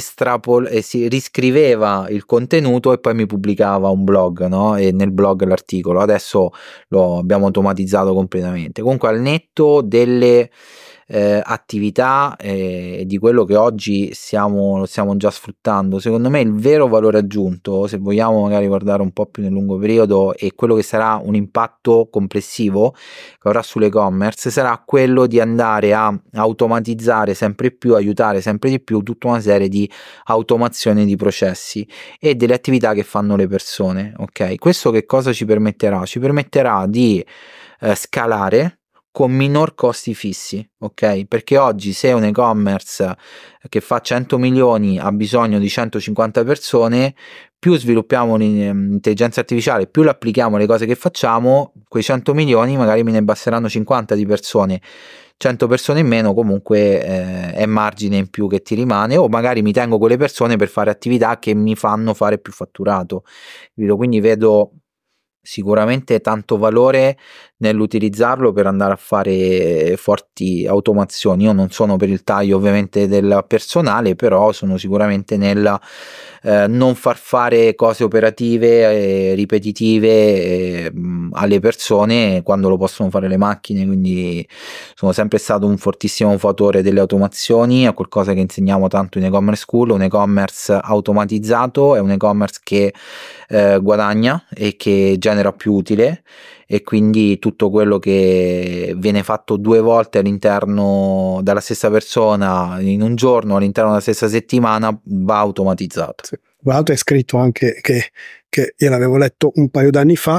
riscriveva il contenuto e poi mi pubblicava un blog, no? E nel blog l'articolo. Adesso lo abbiamo automatizzato completamente. Comunque al netto delle attività e di quello che oggi lo stiamo già sfruttando. Secondo me il vero valore aggiunto, se vogliamo magari guardare un po' più nel lungo periodo, e quello che sarà un impatto complessivo che avrà sull'e-commerce, sarà quello di andare a automatizzare sempre più, aiutare sempre di più tutta una serie di automazione di processi e delle attività che fanno le persone. Ok, questo che cosa ci permetterà? Ci permetterà di scalare con minor costi fissi, ok? Perché oggi se un e-commerce che fa 100 milioni ha bisogno di 150 persone, più sviluppiamo l'intelligenza artificiale, più l'applichiamo alle cose che facciamo, quei 100 milioni magari me ne basteranno 50 di persone. 100 persone in meno comunque è margine in più che ti rimane, o magari mi tengo quelle persone per fare attività che mi fanno fare più fatturato. Quindi vedo sicuramente tanto valore nell'utilizzarlo per andare a fare forti automazioni. Io non sono per il taglio ovviamente del personale, però sono sicuramente nel non far fare cose operative ripetitive alle persone quando lo possono fare le macchine. Quindi sono sempre stato un fortissimo fautore delle automazioni, è qualcosa che insegniamo tanto in e-commerce school. Un e-commerce automatizzato è un e-commerce che guadagna e che genera più utile, e quindi tutto quello che viene fatto 2 volte all'interno dalla stessa persona in un giorno, all'interno della stessa settimana, va automatizzato. Sì. Tra l'altro è scritto anche che io l'avevo letto un paio d'anni fa,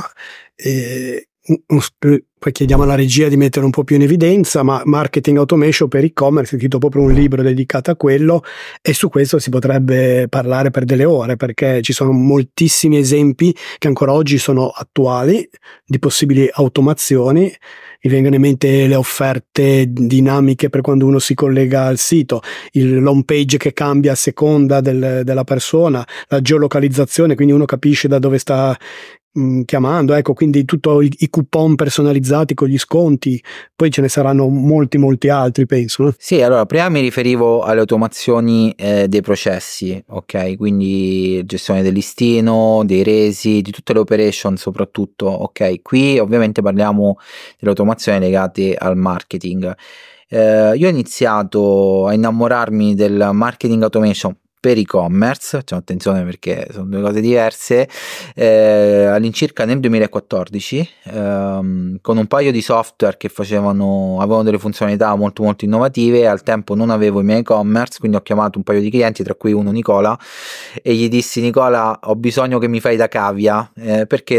poi chiediamo alla regia di mettere un po' più in evidenza, ma marketing automation per e-commerce, è scritto proprio un libro dedicato a quello, e su questo si potrebbe parlare per delle ore, perché ci sono moltissimi esempi che ancora oggi sono attuali di possibili automazioni. Mi vengono in mente le offerte dinamiche per quando uno si collega al sito, l'home page che cambia a seconda della persona, la geolocalizzazione, quindi uno capisce da dove sta chiamando, ecco, quindi tutto i coupon personalizzati con gli sconti. Poi ce ne saranno molti altri, penso, no? Sì, allora prima mi riferivo alle automazioni dei processi, ok? Quindi gestione del listino, dei resi, di tutte le operation soprattutto, ok? Qui ovviamente parliamo delle automazioni legate al marketing. Io ho iniziato a innamorarmi del marketing automation per e-commerce, cioè attenzione perché sono 2 cose diverse, all'incirca nel 2014, con un paio di software che avevano delle funzionalità molto innovative. Al tempo non avevo i miei e-commerce, quindi ho chiamato un paio di clienti, tra cui uno Nicola, e gli dissi: Nicola, ho bisogno che mi fai da cavia, perché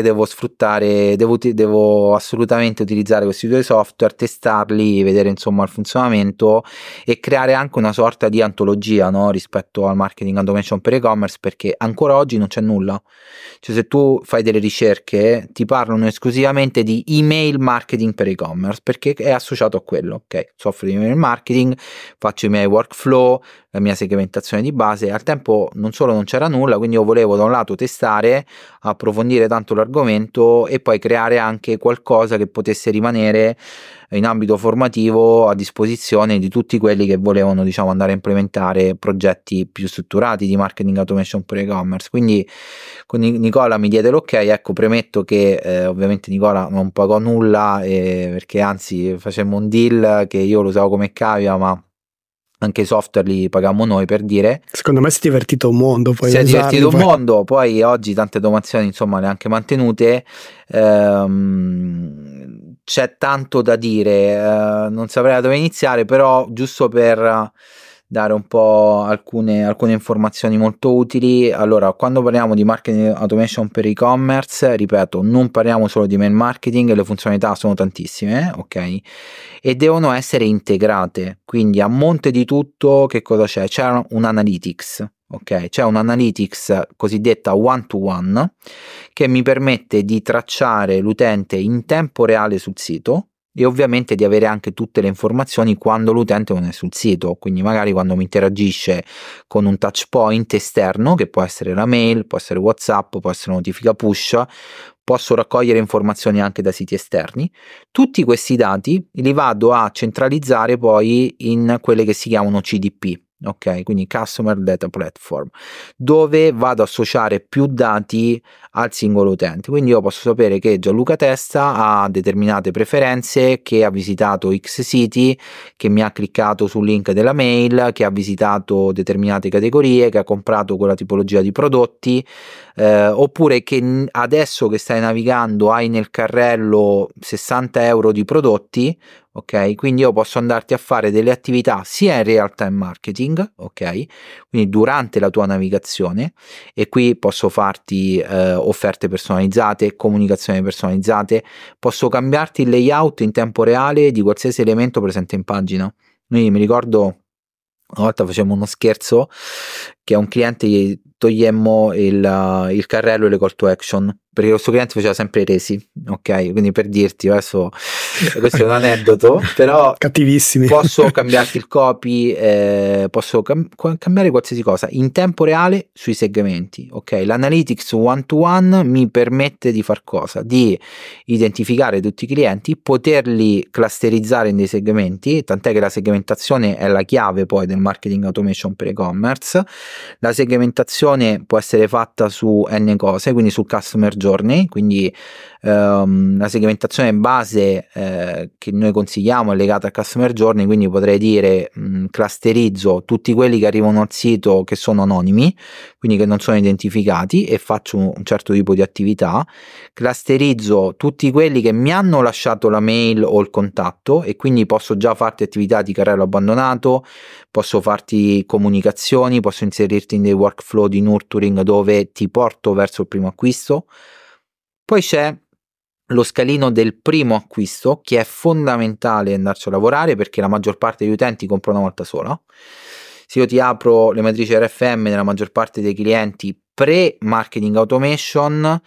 devo assolutamente utilizzare questi 2 software, testarli, vedere insomma il funzionamento e creare anche una sorta di antologia, no, rispetto al marketing automation per e-commerce, perché ancora oggi non c'è nulla. Cioè, se tu fai delle ricerche ti parlano esclusivamente di email marketing per e-commerce, perché è associato a quello. Ok, software di email marketing, faccio i miei workflow, la mia segmentazione di base. Al tempo non solo non c'era nulla, quindi io volevo da un lato testare, approfondire tanto l'argomento e poi creare anche qualcosa che potesse rimanere in ambito formativo a disposizione di tutti quelli che volevano, diciamo, andare a implementare progetti più strutturati di marketing automation per e-commerce. Quindi con Nicola mi diede l'ok. Ecco, premetto che ovviamente Nicola non pagò nulla, perché anzi facemmo un deal che io lo usavo come cavia, ma anche i software li pagammo noi, per dire. Secondo me si è divertito un mondo. Poi si è divertito un mondo. Poi oggi tante automazioni insomma le ha anche mantenute. C'è tanto da dire, non saprei da dove iniziare, però giusto per dare un po' alcune informazioni molto utili. Allora, quando parliamo di marketing automation per e-commerce, ripeto, non parliamo solo di mail marketing, le funzionalità sono tantissime, ok? E devono essere integrate, quindi a monte di tutto che cosa c'è? C'è un analytics, ok? C'è un analytics cosiddetta one-to-one che mi permette di tracciare l'utente in tempo reale sul sito e ovviamente di avere anche tutte le informazioni quando l'utente non è sul sito, quindi magari quando mi interagisce con un touch point esterno, che può essere la mail, può essere WhatsApp, può essere notifica push, posso raccogliere informazioni anche da siti esterni. Tutti questi dati li vado a centralizzare poi in quelle che si chiamano CDP, ok? Quindi Customer Data Platform, dove vado a associare più dati al singolo utente. Quindi io posso sapere che Gianluca Testa ha determinate preferenze, che ha visitato X siti, che mi ha cliccato sul link della mail, che ha visitato determinate categorie, che ha comprato quella tipologia di prodotti, oppure che adesso che stai navigando hai nel carrello 60 euro di prodotti. Ok, quindi io posso andarti a fare delle attività sia in real time marketing, ok, quindi durante la tua navigazione, e qui posso farti offerte personalizzate, comunicazioni personalizzate, posso cambiarti il layout in tempo reale di qualsiasi elemento presente in pagina. Quindi mi ricordo una volta facevamo uno scherzo che a un cliente gli togliemmo il carrello e le call to action, perché questo cliente faceva sempre i resi, ok? Quindi per dirti, adesso questo è un aneddoto, però cattivissimi. Posso cambiarti il copy, posso cambiare qualsiasi cosa in tempo reale sui segmenti, ok? L'analytics one to one mi permette di far cosa? Di identificare tutti i clienti, poterli clusterizzare in dei segmenti, tant'è che la segmentazione è la chiave poi del marketing automation per e-commerce. La segmentazione può essere fatta su n cose, quindi sul customer journey, quindi la segmentazione base che noi consigliamo è legata al customer journey, quindi potrei dire clusterizzo tutti quelli che arrivano al sito che sono anonimi, quindi che non sono identificati, e faccio un certo tipo di attività. Clusterizzo tutti quelli che mi hanno lasciato la mail o il contatto, e quindi posso già farti attività di carrello abbandonato, posso farti comunicazioni, posso inserirti in dei workflow di nurturing dove ti porto verso il primo acquisto. Poi c'è lo scalino del primo acquisto, che è fondamentale andarci a lavorare, perché la maggior parte degli utenti compra una volta sola. Se io ti apro le matrici RFM nella maggior parte dei clienti pre-marketing automation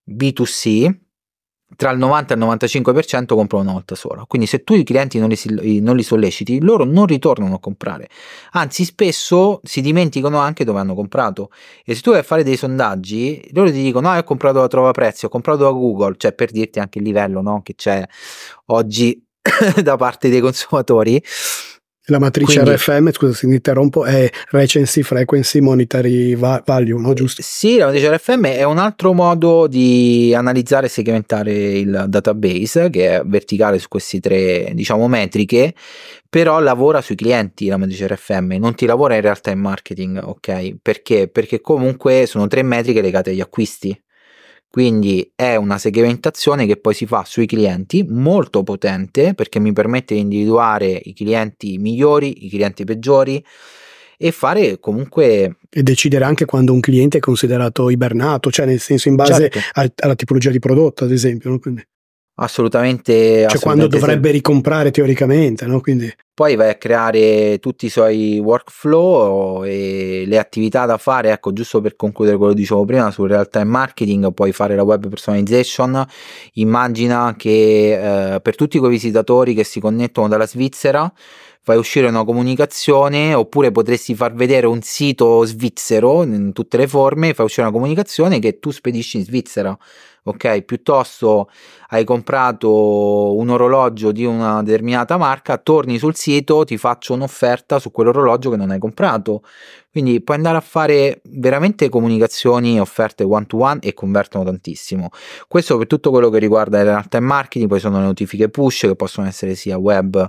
B2C, tra il 90 e il 95% comprano una volta sola. Quindi se tu i clienti non li solleciti, loro non ritornano a comprare, anzi spesso si dimenticano anche dove hanno comprato. E se tu vai a fare dei sondaggi, loro ti dicono: no, ho comprato da Trova Prezzi, ho comprato da Google, cioè per dirti anche il livello, no, che c'è oggi da parte dei consumatori. La matrice RFM, scusa se mi interrompo, è Recency, Frequency, Monetary Value, no? Giusto? Sì, la matrice RFM è un altro modo di analizzare e segmentare il database, che è verticale su questi tre, diciamo, metriche, però lavora sui clienti la matrice RFM, non ti lavora in realtà in marketing, ok? Perché? Perché comunque sono tre metriche legate agli acquisti. Quindi è una segmentazione che poi si fa sui clienti, molto potente, perché mi permette di individuare i clienti migliori, i clienti peggiori, e fare comunque... E decidere anche quando un cliente è considerato ibernato, cioè nel senso in base alla tipologia di prodotto, ad esempio, no? Quindi... Assolutamente. Cioè quando dovrebbe ricomprare teoricamente, no? Quindi... Poi vai a creare tutti i suoi workflow e le attività da fare. Ecco, giusto per concludere quello che dicevo prima sul real time marketing, puoi fare la web personalization. Immagina che per tutti quei visitatori che si connettono dalla Svizzera fai uscire una comunicazione, oppure potresti far vedere un sito svizzero in tutte le forme, fai uscire una comunicazione che tu spedisci in Svizzera, ok? Piuttosto hai comprato un orologio di una determinata marca, torni sul sito, ti faccio un'offerta su quell'orologio che non hai comprato. Quindi puoi andare a fare veramente comunicazioni, offerte one to one, e convertono tantissimo. Questo per tutto quello che riguarda il real time marketing. Poi sono le notifiche push, che possono essere sia web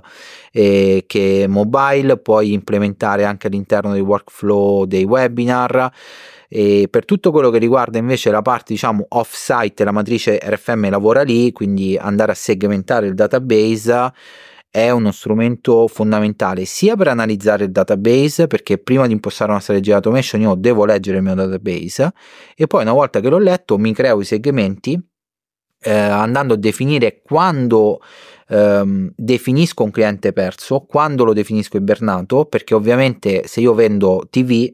che mobile, puoi implementare anche all'interno dei workflow dei webinar. E per tutto quello che riguarda invece la parte, diciamo, off-site, la matrice RFM lavora lì, quindi andare a segmentare il database è uno strumento fondamentale sia per analizzare il database, perché prima di impostare una strategia di automation io devo leggere il mio database, e poi una volta che l'ho letto mi creo i segmenti, andando a definire quando definisco un cliente perso, quando lo definisco ibernato, perché ovviamente se io vendo TV,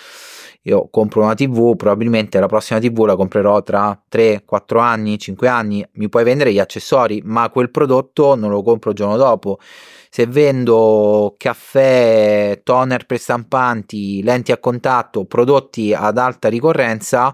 io compro una TV, probabilmente la prossima TV la comprerò tra 3, 4 anni, 5 anni, mi puoi vendere gli accessori, ma quel prodotto non lo compro il giorno dopo. Se vendo caffè, toner prestampanti, lenti a contatto, prodotti ad alta ricorrenza,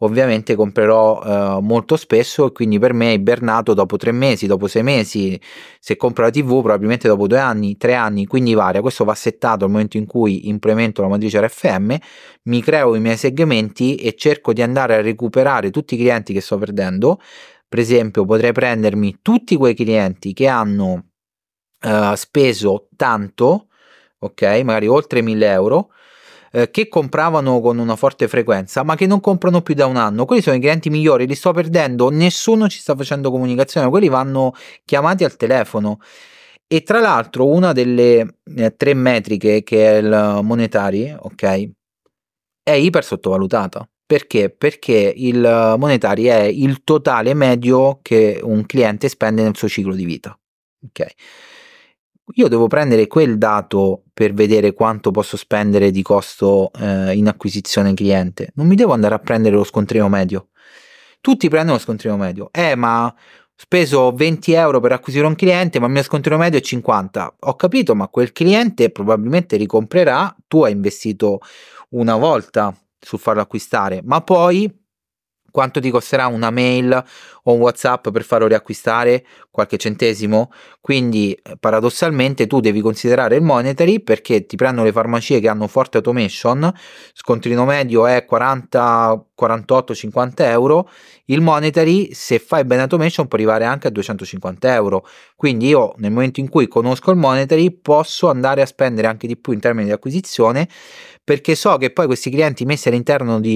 ovviamente comprerò molto spesso, e quindi per me è ibernato dopo 3 mesi, dopo 6 mesi. Se compro la TV probabilmente dopo 2 anni, 3 anni, quindi varia. Questo va settato al momento in cui implemento la matrice RFM, mi creo i miei segmenti e cerco di andare a recuperare tutti i clienti che sto perdendo. Per esempio potrei prendermi tutti quei clienti che hanno speso tanto, ok, magari oltre 1.000 euro, che compravano con una forte frequenza, ma che non comprano più da un anno. Quelli sono i clienti migliori, li sto perdendo, nessuno ci sta facendo comunicazione, quelli vanno chiamati al telefono. E tra l'altro una delle 3 metriche, che è il monetary, ok, è iper sottovalutata. Perché? Perché il monetary è il totale medio che un cliente spende nel suo ciclo di vita, ok? Io devo prendere quel dato per vedere quanto posso spendere di costo in acquisizione cliente. Non mi devo andare a prendere lo scontrino medio. Tutti prendono lo scontrino medio. Ma ho speso 20 euro per acquisire un cliente, ma il mio scontrino medio è 50. Ho capito, ma quel cliente probabilmente ricomprerà. Tu hai investito una volta su farlo acquistare, ma poi quanto ti costerà una mail o un WhatsApp per farlo riacquistare? Qualche centesimo? Quindi paradossalmente tu devi considerare il monetary, perché ti prendono le farmacie che hanno forte automation, scontrino medio è 40, 48, 50 euro, il monetary, se fai bene automation, può arrivare anche a 250 euro. Quindi io, nel momento in cui conosco il monetary, posso andare a spendere anche di più in termini di acquisizione, perché so che poi questi clienti messi all'interno di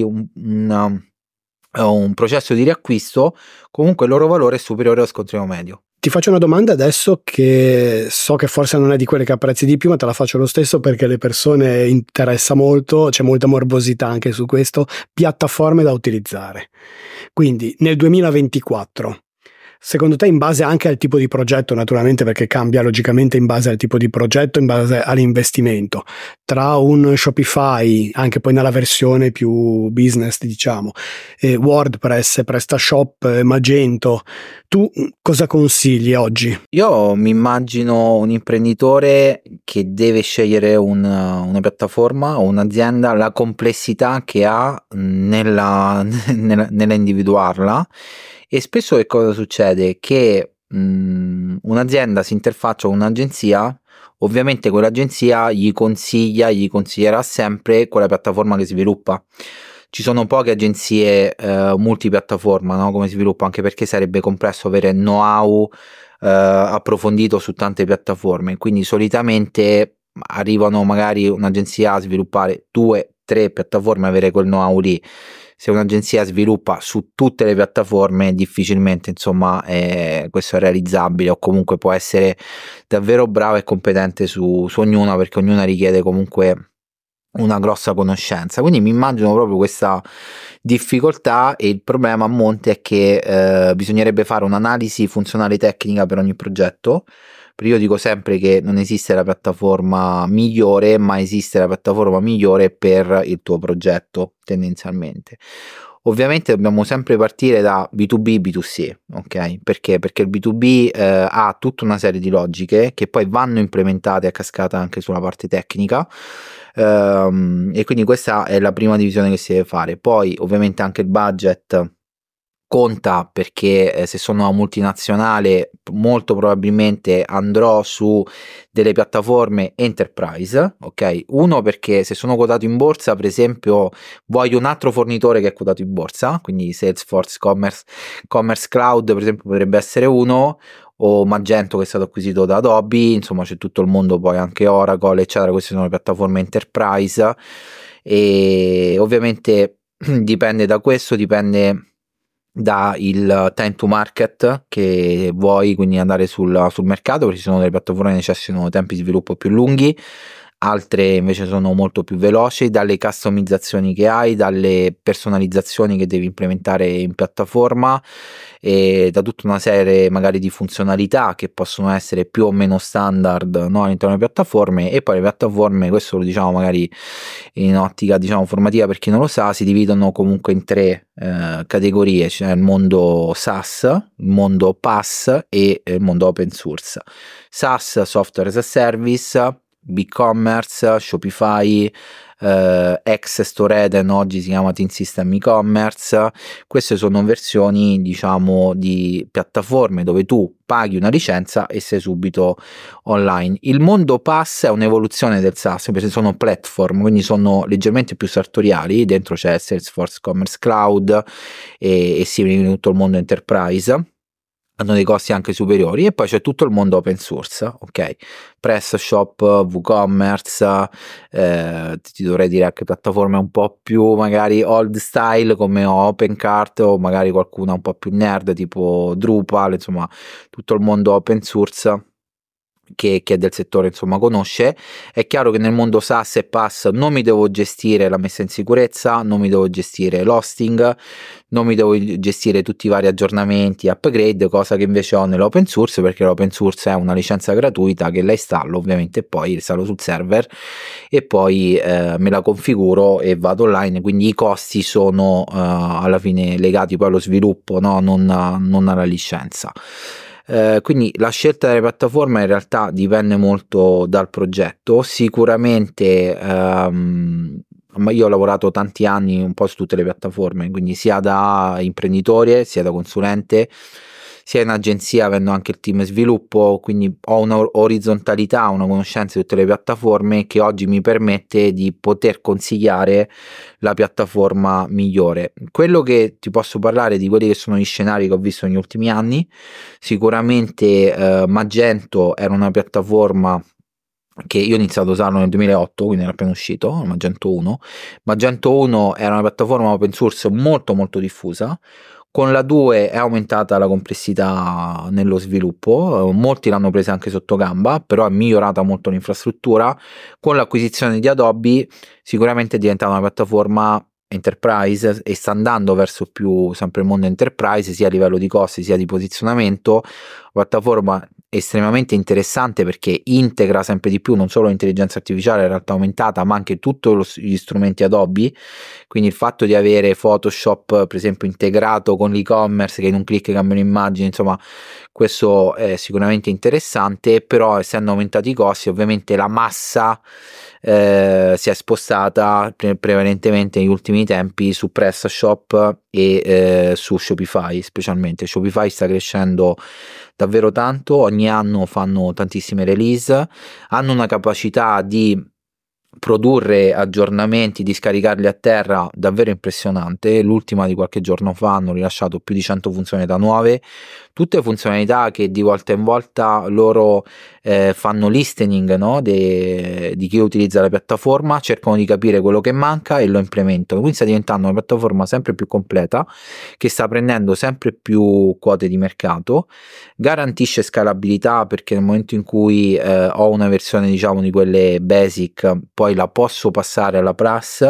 un processo di riacquisto, comunque il loro valore è superiore allo scontrino medio. Ti faccio una domanda adesso che so che forse non è di quelle che apprezzi di più, ma te la faccio lo stesso perché le persone interessa molto, c'è molta morbosità anche su questo. Piattaforme da utilizzare. Quindi nel 2024, secondo te, in base anche al tipo di progetto, naturalmente, perché cambia logicamente in base al tipo di progetto, in base all'investimento, tra un Shopify, anche poi nella versione più business, diciamo, WordPress, PrestaShop, Magento, tu cosa consigli oggi? Io mi immagino un imprenditore che deve scegliere una piattaforma o un'azienda, la complessità che ha nella individuarla. E spesso che cosa succede? Che un'azienda si interfaccia con un'agenzia, ovviamente quell'agenzia gli consiglierà sempre quella piattaforma che sviluppa. Ci sono poche agenzie multipiattaforma, no? Come sviluppo, anche perché sarebbe complesso avere know-how approfondito su tante piattaforme, quindi solitamente arrivano magari un'agenzia a sviluppare 2-3 piattaforme, avere quel know-how lì. Se un'agenzia sviluppa su tutte le piattaforme, difficilmente, insomma, questo è realizzabile, o comunque può essere davvero brava e competente su ognuna, perché ognuna richiede comunque una grossa conoscenza. Quindi mi immagino proprio questa difficoltà, e il problema a monte è che bisognerebbe fare un'analisi funzionale tecnica per ogni progetto. Perché io dico sempre che non esiste la piattaforma migliore, ma esiste la piattaforma migliore per il tuo progetto, tendenzialmente. Ovviamente dobbiamo sempre partire da B2B, B2C, ok? Perché? Perché il B2B ha tutta una serie di logiche che poi vanno implementate a cascata anche sulla parte tecnica, e quindi questa è la prima divisione che si deve fare. Poi ovviamente anche il budget conta, perché se sono una multinazionale molto probabilmente andrò su delle piattaforme enterprise, ok? Uno, perché se sono quotato in borsa, per esempio, voglio un altro fornitore che è quotato in borsa, quindi Salesforce, Commerce Cloud per esempio potrebbe essere uno, o Magento che è stato acquisito da Adobe, insomma c'è tutto il mondo, poi anche Oracle eccetera. Queste sono le piattaforme enterprise, e ovviamente dipende da questo, dipende da il time to market che vuoi, quindi andare sul mercato, perché ci sono delle piattaforme che necessitano tempi di sviluppo più lunghi, altre invece sono molto più veloci, dalle customizzazioni che hai, dalle personalizzazioni che devi implementare in piattaforma, e da tutta una serie magari di funzionalità che possono essere più o meno standard, no, all'interno delle piattaforme. E poi le piattaforme, questo lo diciamo magari in ottica diciamo formativa per chi non lo sa, si dividono comunque in 3 categorie: cioè il mondo SaaS, il mondo PaaS e il mondo open source. SaaS, software as a service, BigCommerce, Shopify, ex Storeden, oggi si chiama Team System e-commerce. Queste sono versioni, diciamo, di piattaforme dove tu paghi una licenza e sei subito online. Il mondo PaaS è un'evoluzione del SaaS, perché sono platform, quindi sono leggermente più sartoriali. Dentro c'è Salesforce Commerce Cloud e simili in tutto il mondo enterprise, hanno dei costi anche superiori. E poi c'è tutto il mondo open source, ok? PrestaShop, WooCommerce, ti dovrei dire anche piattaforme un po' più magari old style come OpenCart, o magari qualcuna un po' più nerd tipo Drupal, insomma tutto il mondo open source che è del settore, insomma, conosce. È chiaro che nel mondo SaaS e PaaS non mi devo gestire la messa in sicurezza, non mi devo gestire l'hosting, non mi devo gestire tutti i vari aggiornamenti, upgrade, cosa che invece ho nell'open source, perché l'open source è una licenza gratuita che la installo ovviamente, poi installo sul server e poi me la configuro e vado online, quindi i costi sono alla fine legati poi allo sviluppo, no? non alla licenza. Quindi la scelta delle piattaforme in realtà dipende molto dal progetto. Sicuramente io ho lavorato tanti anni un po' su tutte le piattaforme, quindi sia da imprenditore sia da consulente, sia in agenzia avendo anche il team sviluppo, quindi ho una orizzontalità, una conoscenza di tutte le piattaforme che oggi mi permette di poter consigliare la piattaforma migliore. Quello che ti posso parlare di quelli che sono gli scenari che ho visto negli ultimi anni, sicuramente Magento era una piattaforma che io ho iniziato a usarlo nel 2008, quindi era appena uscito, Magento 1. Magento 1 era una piattaforma open source molto molto diffusa. Con la 2 è aumentata la complessità nello sviluppo, molti l'hanno presa anche sotto gamba, però è migliorata molto l'infrastruttura. Con l'acquisizione di Adobe sicuramente è diventata una piattaforma enterprise e sta andando verso più sempre il mondo enterprise, sia a livello di costi sia di posizionamento. Piattaforma estremamente interessante perché integra sempre di più non solo l'intelligenza artificiale, la realtà aumentata, ma anche tutti gli strumenti Adobe. Quindi il fatto di avere Photoshop per esempio integrato con l'e-commerce, che in un clic cambiano immagini, insomma questo è sicuramente interessante. Però essendo aumentati i costi ovviamente la massa si è spostata prevalentemente negli ultimi tempi su PrestaShop e su Shopify. Specialmente Shopify sta crescendo davvero tanto, ogni anno fanno tantissime release, hanno una capacità di produrre aggiornamenti, di scaricarli a terra davvero impressionante. L'ultima di qualche giorno fa hanno rilasciato più di 100 funzionalità nuove, tutte funzionalità che di volta in volta loro fanno listening, no? di chi utilizza la piattaforma, cercano di capire quello che manca e lo implementano. Quindi sta diventando una piattaforma sempre più completa che sta prendendo sempre più quote di mercato, garantisce scalabilità perché nel momento in cui ho una versione diciamo di quelle basic, poi la posso passare alla Plus,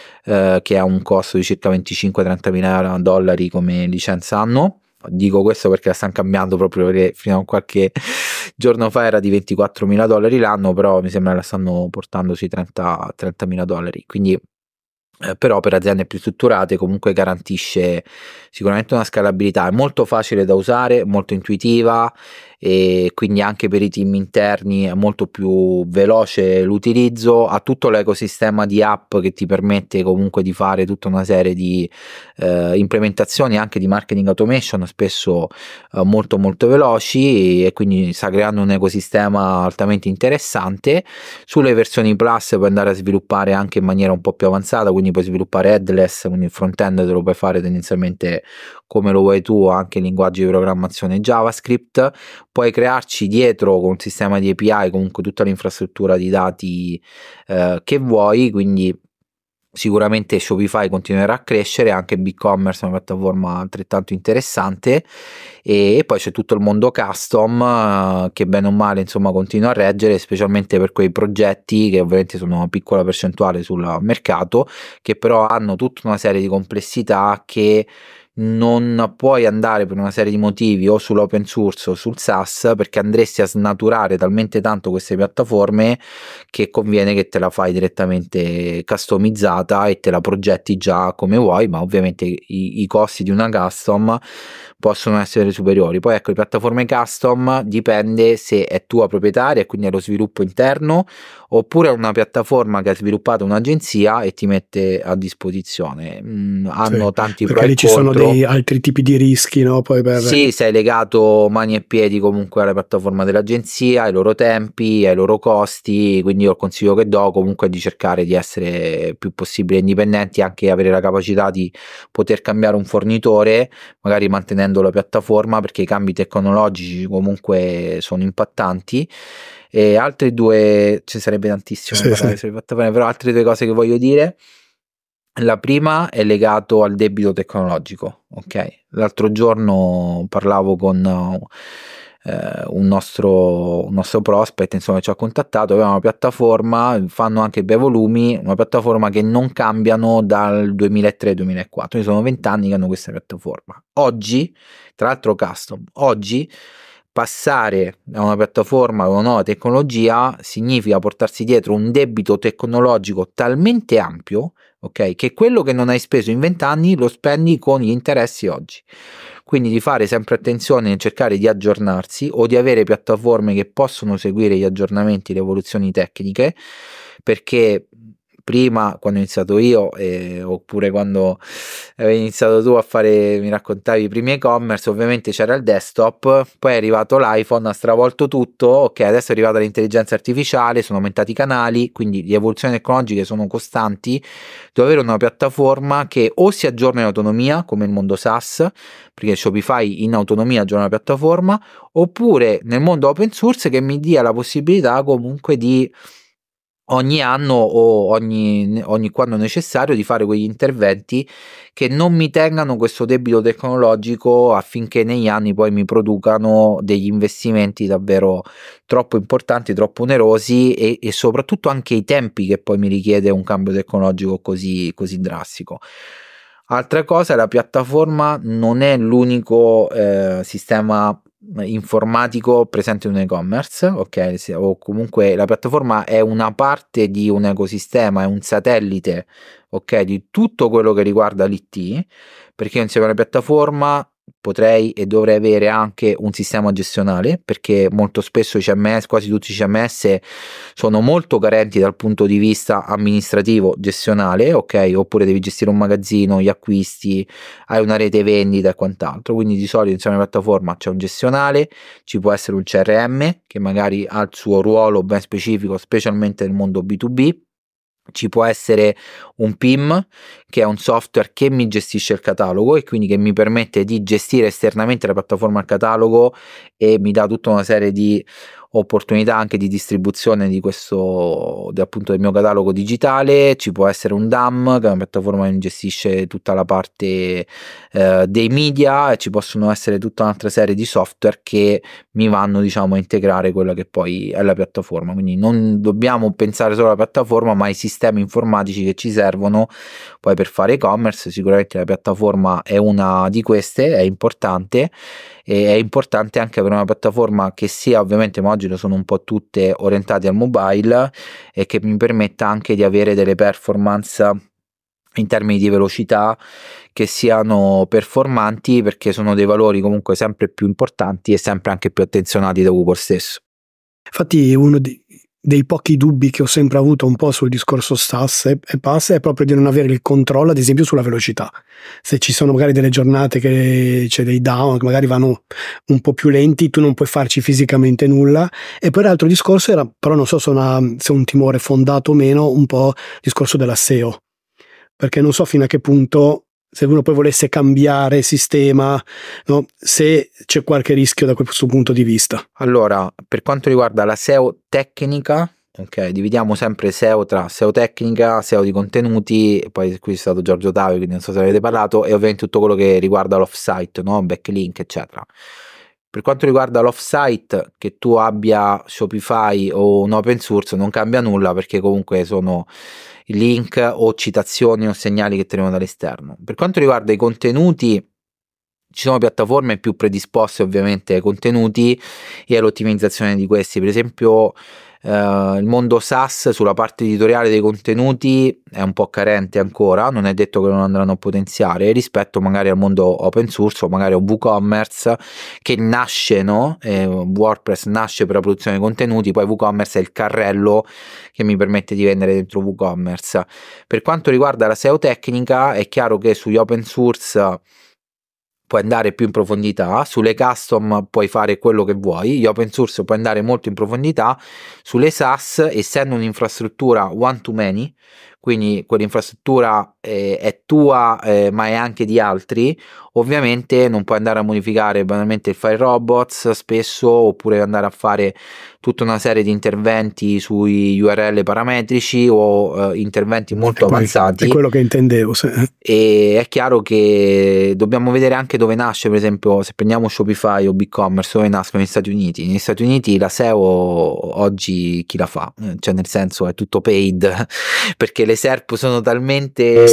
che ha un costo di circa 25-30 mila dollari come licenza anno. Dico questo perché la stanno cambiando, proprio perché fino a qualche giorno fa era di 24 mila dollari l'anno, però mi sembra la stanno portando sui 30 mila dollari. Quindi però per aziende più strutturate comunque garantisce sicuramente una scalabilità, è molto facile da usare, molto intuitiva, e quindi anche per i team interni è molto più veloce l'utilizzo. Ha tutto l'ecosistema di app che ti permette comunque di fare tutta una serie di implementazioni anche di marketing automation, spesso molto molto veloci, e quindi sta creando un ecosistema altamente interessante. Sulle versioni Plus puoi andare a sviluppare anche in maniera un po' più avanzata, quindi puoi sviluppare headless, quindi il front-end te lo puoi fare tendenzialmente come lo vuoi tu, anche in linguaggi di programmazione JavaScript. Puoi crearci dietro con un sistema di API comunque tutta l'infrastruttura di dati che vuoi, quindi sicuramente Shopify continuerà a crescere, anche BigCommerce è una piattaforma altrettanto interessante, e poi c'è tutto il mondo custom che bene o male insomma continua a reggere, specialmente per quei progetti che ovviamente sono una piccola percentuale sul mercato, che però hanno tutta una serie di complessità che non puoi andare per una serie di motivi o sull'open source o sul SaaS, perché andresti a snaturare talmente tanto queste piattaforme che conviene che te la fai direttamente customizzata e te la progetti già come vuoi, ma ovviamente i costi di una custom possono essere superiori. Poi ecco, le piattaforme custom dipende se è tua proprietaria e quindi è lo sviluppo interno, oppure è una piattaforma che ha sviluppato un'agenzia e ti mette a disposizione. Hanno tanti pro perché e lì ci sono contro. dei altri tipi di rischi, no? Poi Sì, sei legato mani e piedi comunque alla piattaforma dell'agenzia, ai loro tempi, ai loro costi, quindi io il consiglio che do comunque è di cercare di essere più possibile indipendenti, anche avere la capacità di poter cambiare un fornitore, magari mantenendo la piattaforma, perché i cambi tecnologici comunque sono impattanti. E altre due, ci sarebbe tantissimo da parlare sulle piattaforme, però altre due cose che voglio dire. La prima è legato al debito tecnologico, ok? L'altro giorno parlavo con un nostro prospect, insomma, che ci ha contattato, aveva una piattaforma, fanno anche bei volumi, una piattaforma che non cambiano dal 2003-2004, quindi sono 20 anni che hanno questa piattaforma. Oggi, tra l'altro custom, oggi passare da una piattaforma con una nuova tecnologia significa portarsi dietro un debito tecnologico talmente ampio, ok, che quello che non hai speso in 20 anni lo spendi con gli interessi oggi. Quindi di fare sempre attenzione nel cercare di aggiornarsi o di avere piattaforme che possono seguire gli aggiornamenti, le evoluzioni tecniche, perché prima, quando ho iniziato io, oppure quando avevi iniziato tu a fare, mi raccontavi i primi e-commerce, ovviamente c'era il desktop, poi è arrivato l'iPhone, ha stravolto tutto, ok, adesso è arrivata l'intelligenza artificiale, sono aumentati i canali, quindi le evoluzioni tecnologiche sono costanti, devo avere una piattaforma che o si aggiorna in autonomia, come il mondo SaaS, perché Shopify in autonomia aggiorna la piattaforma, oppure nel mondo open source che mi dia la possibilità comunque di ogni anno o ogni quando necessario di fare quegli interventi che non mi tengano questo debito tecnologico, affinché negli anni poi mi producano degli investimenti davvero troppo importanti, troppo onerosi e soprattutto anche i tempi che poi mi richiede un cambio tecnologico così drastico. Altra cosa, la piattaforma non è l'unico sistema informatico presente in un e-commerce, ok? O comunque la piattaforma è una parte di un ecosistema, è un satellite, ok? Di tutto quello che riguarda l'IT, perché insieme alla piattaforma potrei e dovrei avere anche un sistema gestionale, perché molto spesso i CMS, quasi tutti i CMS sono molto carenti dal punto di vista amministrativo gestionale, ok? Oppure devi gestire un magazzino, gli acquisti, hai una rete vendita e quant'altro, quindi di solito insieme alla piattaforma c'è un gestionale, ci può essere un CRM che magari ha il suo ruolo ben specifico, specialmente nel mondo B2B. Ci può essere un PIM, che è un software che mi gestisce il catalogo e quindi che mi permette di gestire esternamente la piattaforma al catalogo e mi dà tutta una serie di opportunità anche di distribuzione di questo, appunto, del mio catalogo digitale. Ci può essere un DAM, che è una piattaforma che gestisce tutta la parte dei media, e ci possono essere tutta un'altra serie di software che mi vanno, diciamo, a integrare quella che poi è la piattaforma. Quindi non dobbiamo pensare solo alla piattaforma, ma ai sistemi informatici che ci servono poi per fare e-commerce. Sicuramente la piattaforma è una di queste, è importante, e è importante anche avere una piattaforma che sia, ovviamente, ma oggi lo sono un po' tutte orientate al mobile, e che mi permetta anche di avere delle performance in termini di velocità che siano performanti, perché sono dei valori comunque sempre più importanti e sempre anche più attenzionati da Google stesso. Infatti uno dei pochi dubbi che ho sempre avuto un po' sul discorso SaaS e PaaS è proprio di non avere il controllo, ad esempio, sulla velocità. Se ci sono magari delle giornate che c'è dei down, che magari vanno un po' più lenti, tu non puoi farci fisicamente nulla. E poi l'altro discorso era, però non so se è un timore fondato o meno, un po' il discorso della SEO. Perché non so fino a che punto, se uno poi volesse cambiare sistema, no? Se c'è qualche rischio da questo punto di vista. Allora, per quanto riguarda la SEO tecnica, ok, dividiamo sempre SEO tra SEO tecnica, SEO di contenuti, e poi qui c'è stato Giorgio Tavi, quindi non so se avete parlato, e ovviamente tutto quello che riguarda l'off-site, no? Backlink, eccetera. Per quanto riguarda l'off-site, che tu abbia Shopify o un open source, non cambia nulla, perché comunque sono link o citazioni o segnali che teniamo dall'esterno. Per quanto riguarda i contenuti, Ci sono piattaforme più predisposte ovviamente ai contenuti e all'ottimizzazione di questi. Per esempio il mondo SaaS sulla parte editoriale dei contenuti è un po' carente ancora, non è detto che non andranno a potenziare rispetto magari al mondo open source o magari a un WooCommerce che nasce, no? WordPress nasce per la produzione di contenuti, poi WooCommerce è il carrello che mi permette di vendere dentro WooCommerce. Per quanto riguarda la SEO tecnica, è chiaro che sugli open source puoi andare più in profondità, sulle custom puoi fare quello che vuoi, gli open source puoi andare molto in profondità, sulle SaaS, essendo un'infrastruttura one to many, quindi quell'infrastruttura è tua ma è anche di altri, ovviamente non puoi andare a modificare banalmente il file robots spesso, oppure andare a fare tutta una serie di interventi sui URL parametrici o interventi molto avanzati. È quello che intendevo. Sì. E è chiaro che dobbiamo vedere anche dove nasce, per esempio se prendiamo Shopify o BigCommerce, dove nascono negli Stati Uniti. Negli Stati Uniti la SEO oggi chi la fa? Cioè nel senso è tutto paid perché le SERP sono talmente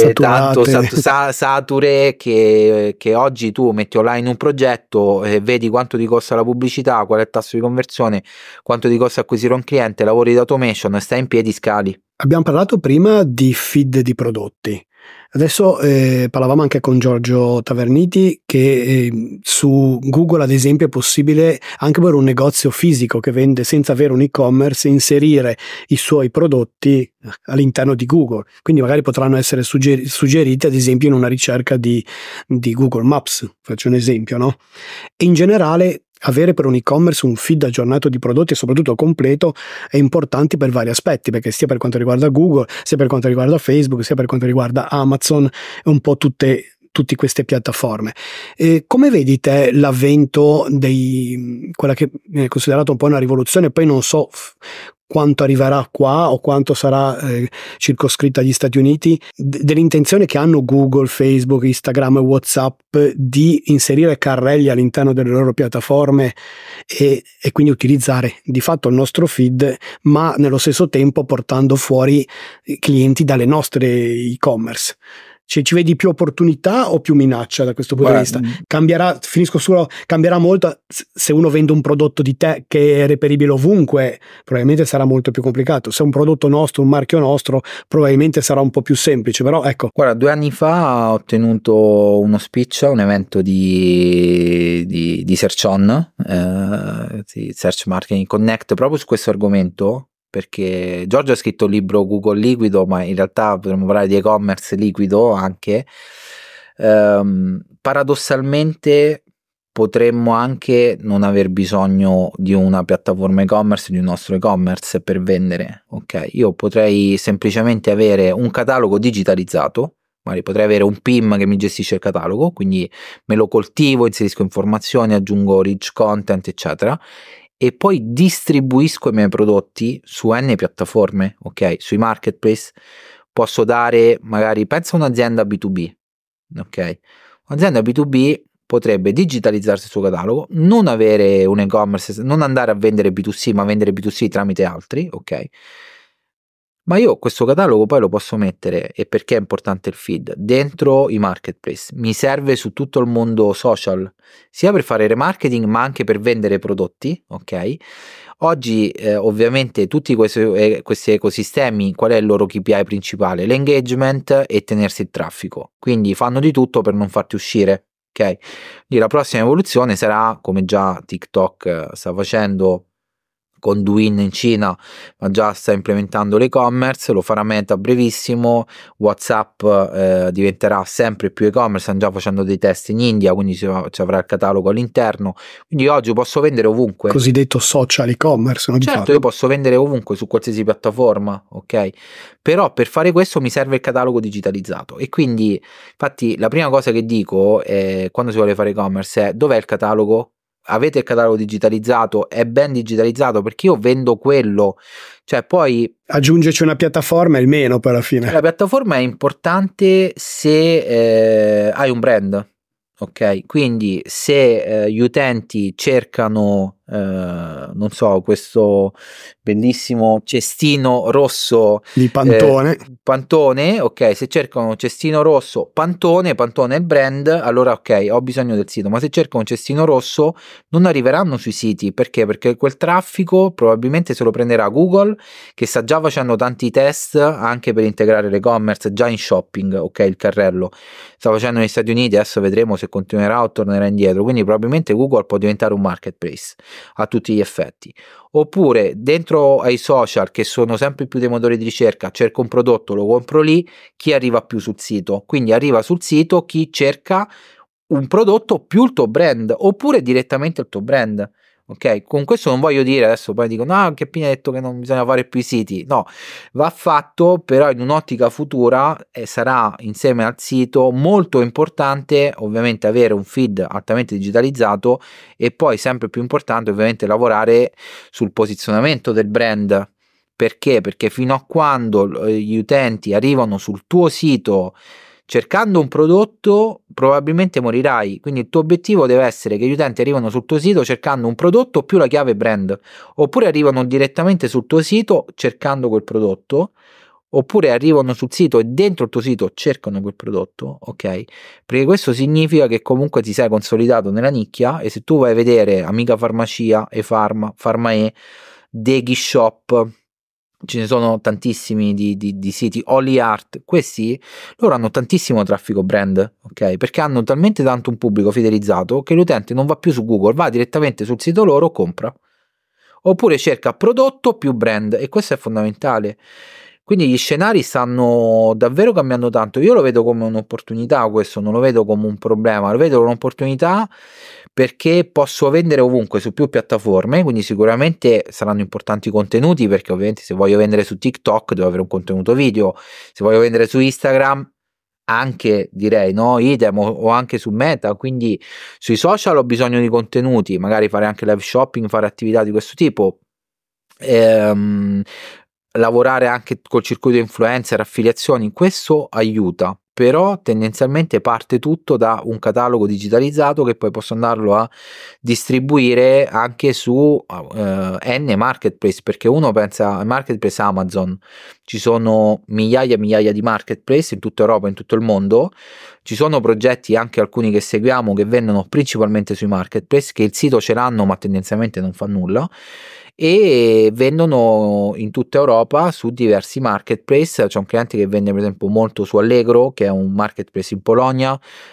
sature che oggi tu metti online un progetto, vedi quanto ti costa la pubblicità, qual è il tasso di conversione, quanto ti costa acquisire un cliente, lavori di automation, stai in piedi, scali. Abbiamo parlato prima di feed di prodotti. Adesso parlavamo anche con Giorgio Taverniti che su Google ad esempio è possibile anche per un negozio fisico che vende senza avere un e-commerce inserire i suoi prodotti all'interno di Google, quindi magari potranno essere suggeriti ad esempio in una ricerca di Google Maps, faccio un esempio, no? E in generale avere per un e-commerce un feed aggiornato di prodotti e soprattutto completo è importante per vari aspetti, perché sia per quanto riguarda Google, sia per quanto riguarda Facebook, sia per quanto riguarda Amazon e un po' tutte queste piattaforme. Come vedi te l'avvento quella che è considerata un po' una rivoluzione, poi non so quanto arriverà qua o quanto sarà circoscritta agli Stati Uniti, dell'intenzione che hanno Google, Facebook, Instagram e WhatsApp di inserire carrelli all'interno delle loro piattaforme e quindi utilizzare di fatto il nostro feed, ma nello stesso tempo portando fuori clienti dalle nostre e-commerce. Cioè, ci vedi più opportunità o più minaccia da questo punto di vista? Cambierà molto se uno vende un prodotto di te che è reperibile ovunque, probabilmente sarà molto più complicato. Se è un prodotto nostro, un marchio nostro, probabilmente sarà un po' più semplice, però ecco. Guarda, 2 anni fa ho tenuto uno speech a un evento di Search On, Search Marketing Connect, proprio su questo argomento, perché Giorgio ha scritto il libro Google Liquido, ma in realtà potremmo parlare di e-commerce liquido anche. Paradossalmente potremmo anche non aver bisogno di una piattaforma e-commerce, di un nostro e-commerce per vendere, ok? Io potrei semplicemente avere un catalogo digitalizzato, magari potrei avere un PIM che mi gestisce il catalogo, quindi me lo coltivo, inserisco informazioni, aggiungo rich content, eccetera, e poi distribuisco i miei prodotti su N piattaforme, ok? Sui marketplace posso dare, magari, pensa a un'azienda B2B, ok? Un'azienda B2B potrebbe digitalizzarsi il suo catalogo, non avere un e-commerce, non andare a vendere B2C, ma vendere B2C tramite altri, ok? Ma io questo catalogo poi lo posso mettere, e perché è importante il feed, dentro i marketplace. Mi serve su tutto il mondo social, sia per fare remarketing ma anche per vendere prodotti, ok? Oggi ovviamente tutti questi ecosistemi, qual è il loro KPI principale? L'engagement e tenersi il traffico, quindi fanno di tutto per non farti uscire, ok? Quindi la prossima evoluzione sarà, come già TikTok sta facendo con Douyin in Cina, ma già sta implementando l'e-commerce, lo farà Meta a brevissimo, WhatsApp diventerà sempre più e-commerce, stanno già facendo dei test in India, quindi ci avrà il catalogo all'interno, quindi oggi posso vendere ovunque. Cosiddetto social e-commerce, no? Certo, io posso vendere ovunque, su qualsiasi piattaforma, ok? Però per fare questo mi serve il catalogo digitalizzato, e quindi infatti la prima cosa che dico quando si vuole fare e-commerce è: dov'è il catalogo? Avete il catalogo digitalizzato? È ben digitalizzato? Perché io vendo quello, cioè poi aggiungerci una piattaforma è il meno per la fine. La piattaforma è importante se hai un brand, ok? Quindi se gli utenti cercano non so, questo bellissimo cestino rosso di Pantone. Pantone, ok, se cercano cestino rosso Pantone è il brand, allora ok, ho bisogno del sito, ma se cercano cestino rosso non arriveranno sui siti, perché? Perché quel traffico probabilmente se lo prenderà Google, che sta già facendo tanti test anche per integrare l'e-commerce già in shopping, ok, il carrello sta facendo negli Stati Uniti, adesso vedremo se continuerà o tornerà indietro, quindi probabilmente Google può diventare un marketplace a tutti gli effetti. Oppure dentro ai social, che sono sempre più dei motori di ricerca, cerco un prodotto, lo compro lì, chi arriva più sul sito? Quindi arriva sul sito chi cerca un prodotto più il tuo brand, oppure direttamente il tuo brand. Ok, con questo non voglio dire, adesso poi dicono no, che Pini ha detto che non bisogna fare più i siti, no, va fatto, però in un'ottica futura sarà insieme al sito molto importante ovviamente avere un feed altamente digitalizzato, e poi sempre più importante ovviamente lavorare sul posizionamento del brand. Perché? Perché fino a quando gli utenti arrivano sul tuo sito cercando un prodotto, probabilmente morirai. Quindi il tuo obiettivo deve essere che gli utenti arrivano sul tuo sito cercando un prodotto più la chiave brand, oppure arrivano direttamente sul tuo sito cercando quel prodotto, oppure arrivano sul sito e dentro il tuo sito cercano quel prodotto, ok? Perché questo significa che comunque ti sei consolidato nella nicchia, e se tu vai a vedere Amica Farmacia, eFarma, Farmae, Deghi Shop, ce ne sono tantissimi di siti, Holy Art, questi loro hanno tantissimo traffico brand, ok? Perché hanno talmente tanto un pubblico fidelizzato che l'utente non va più su Google, va direttamente sul sito loro, compra, oppure cerca prodotto più brand, e questo è fondamentale. Quindi gli scenari stanno davvero cambiando tanto. Io lo vedo come un'opportunità, questo non lo vedo come un problema, lo vedo come un'opportunità perché posso vendere ovunque su più piattaforme, quindi sicuramente saranno importanti i contenuti, perché ovviamente se voglio vendere su TikTok devo avere un contenuto video, se voglio vendere su Instagram anche, direi, no, idem, o anche su Meta, quindi sui social ho bisogno di contenuti, magari fare anche live shopping, fare attività di questo tipo, lavorare anche col circuito influencer, affiliazioni, questo aiuta, però tendenzialmente parte tutto da un catalogo digitalizzato che poi posso andarlo a distribuire anche su N marketplace, perché uno pensa al marketplace Amazon, ci sono migliaia e migliaia di marketplace in tutta Europa, in tutto il mondo, ci sono progetti anche alcuni che seguiamo che vendono principalmente sui marketplace, che il sito ce l'hanno ma tendenzialmente non fa nulla, e vendono in tutta Europa su diversi marketplace. C'è un cliente che vende per esempio molto su Allegro, che è un marketplace in Polonia,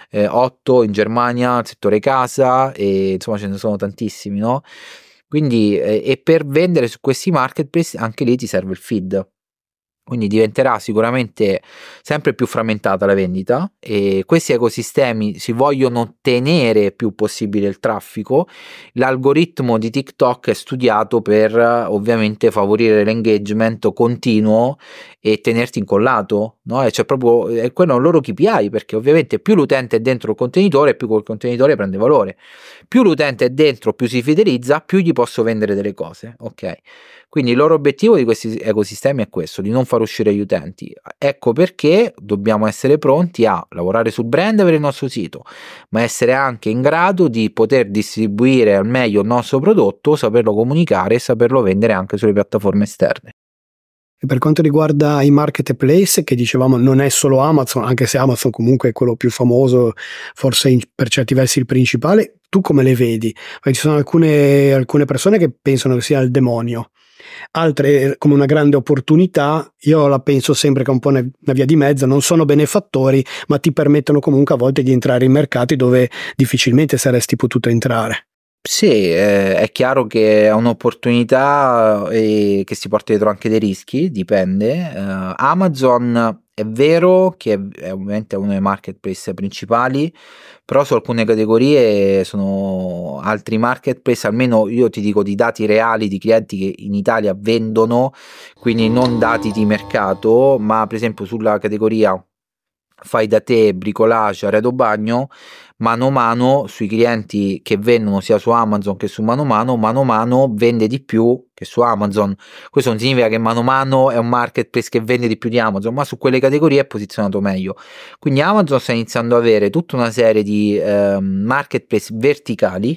8 in Germania, il settore casa, e insomma ce ne sono tantissimi, no? Quindi e per vendere su questi marketplace anche lì ti serve il feed. Quindi diventerà sicuramente sempre più frammentata la vendita, e questi ecosistemi si vogliono tenere più possibile il traffico. L'algoritmo di TikTok è studiato per ovviamente favorire l'engagement continuo e tenerti incollato, no? E c'è proprio quello è un loro KPI, perché ovviamente più l'utente è dentro il contenitore, più quel contenitore prende valore. Più l'utente è dentro, più si fidelizza, più gli posso vendere delle cose, ok? Quindi il loro obiettivo di questi ecosistemi è questo, di non far uscire gli utenti. Ecco perché dobbiamo essere pronti a lavorare sul brand per il nostro sito, ma essere anche in grado di poter distribuire al meglio il nostro prodotto, saperlo comunicare e saperlo vendere anche sulle piattaforme esterne. E per quanto riguarda i marketplace, che dicevamo non è solo Amazon, anche se Amazon comunque è quello più famoso, forse per certi versi il principale, tu come le vedi? Perché ci sono alcune persone che pensano che sia il demonio, altre come una grande opportunità. Io la penso sempre che è un po' una via di mezzo, non sono benefattori, ma ti permettono comunque a volte di entrare in mercati dove difficilmente saresti potuto entrare. Sì, è chiaro che è un'opportunità e che si porta dietro anche dei rischi, dipende. Amazon è vero che è ovviamente uno dei marketplace principali, però su alcune categorie sono altri marketplace, almeno io ti dico di dati reali di clienti che in Italia vendono, quindi non dati di mercato, ma per esempio sulla categoria fai da te, bricolage, arredo bagno, mano a mano sui clienti che vendono sia su Amazon che su mano a mano vende di più che su Amazon. Questo non significa che mano a mano è un marketplace che vende di più di Amazon, ma su quelle categorie è posizionato meglio. Quindi Amazon sta iniziando ad avere tutta una serie di marketplace verticali,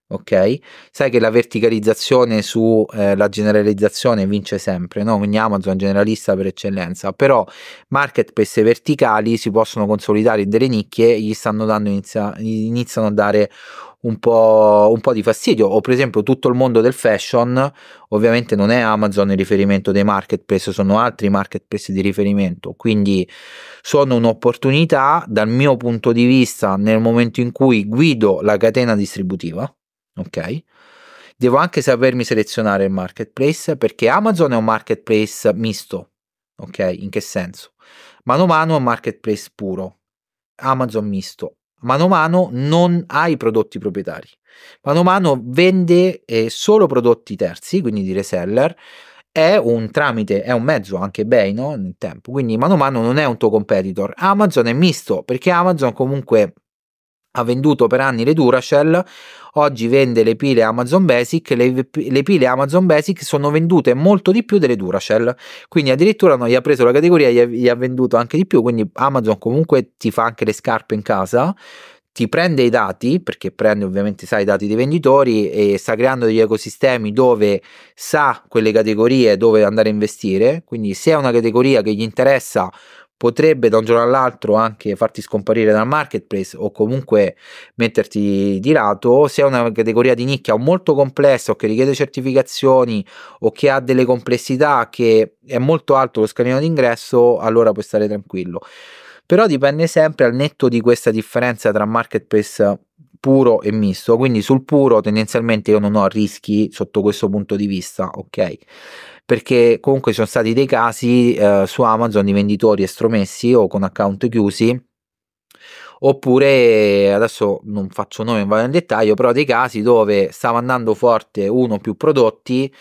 ok? Sai che la verticalizzazione su la generalizzazione vince sempre, no? Quindi Amazon è generalista per eccellenza, però marketplace verticali si possono consolidare in delle nicchie e gli stanno dando iniziano a dare un po' di fastidio. O per esempio tutto il mondo del fashion, ovviamente non è Amazon il riferimento dei marketplace, sono altri marketplace di riferimento, quindi sono un'opportunità dal mio punto di vista nel momento in cui guido la catena distributiva. Ok, devo anche sapermi selezionare il marketplace, perché Amazon è un marketplace misto. Ok, in che senso? Mano a mano è un marketplace puro, Amazon misto. Mano a mano non ha i prodotti proprietari, mano a mano vende solo prodotti terzi, quindi di reseller. È un tramite, è un mezzo anche eBay, no? Nel tempo, quindi mano a mano non è un tuo competitor. Amazon è misto, perché Amazon comunque ha venduto per anni le Duracell, oggi vende le pile Amazon Basic, le pile Amazon Basic sono vendute molto di più delle Duracell, quindi addirittura non gli ha preso la categoria, gli ha venduto anche di più, quindi Amazon comunque ti fa anche le scarpe in casa, ti prende i dati, perché prende ovviamente i dati dei venditori e sta creando degli ecosistemi dove sa quelle categorie dove andare a investire, quindi se è una categoria che gli interessa potrebbe da un giorno all'altro anche farti scomparire dal marketplace o comunque metterti di lato. Se è una categoria di nicchia o molto complessa o che richiede certificazioni o che ha delle complessità che è molto alto lo scalino d'ingresso, allora puoi stare tranquillo. Però dipende sempre al netto di questa differenza tra marketplace puro e misto, quindi sul puro tendenzialmente io non ho rischi sotto questo punto di vista, ok? Perché comunque ci sono stati dei casi su Amazon di venditori estromessi o con account chiusi, oppure adesso non faccio nome, non vado nel dettaglio, però dei casi dove stava andando forte uno o più prodotti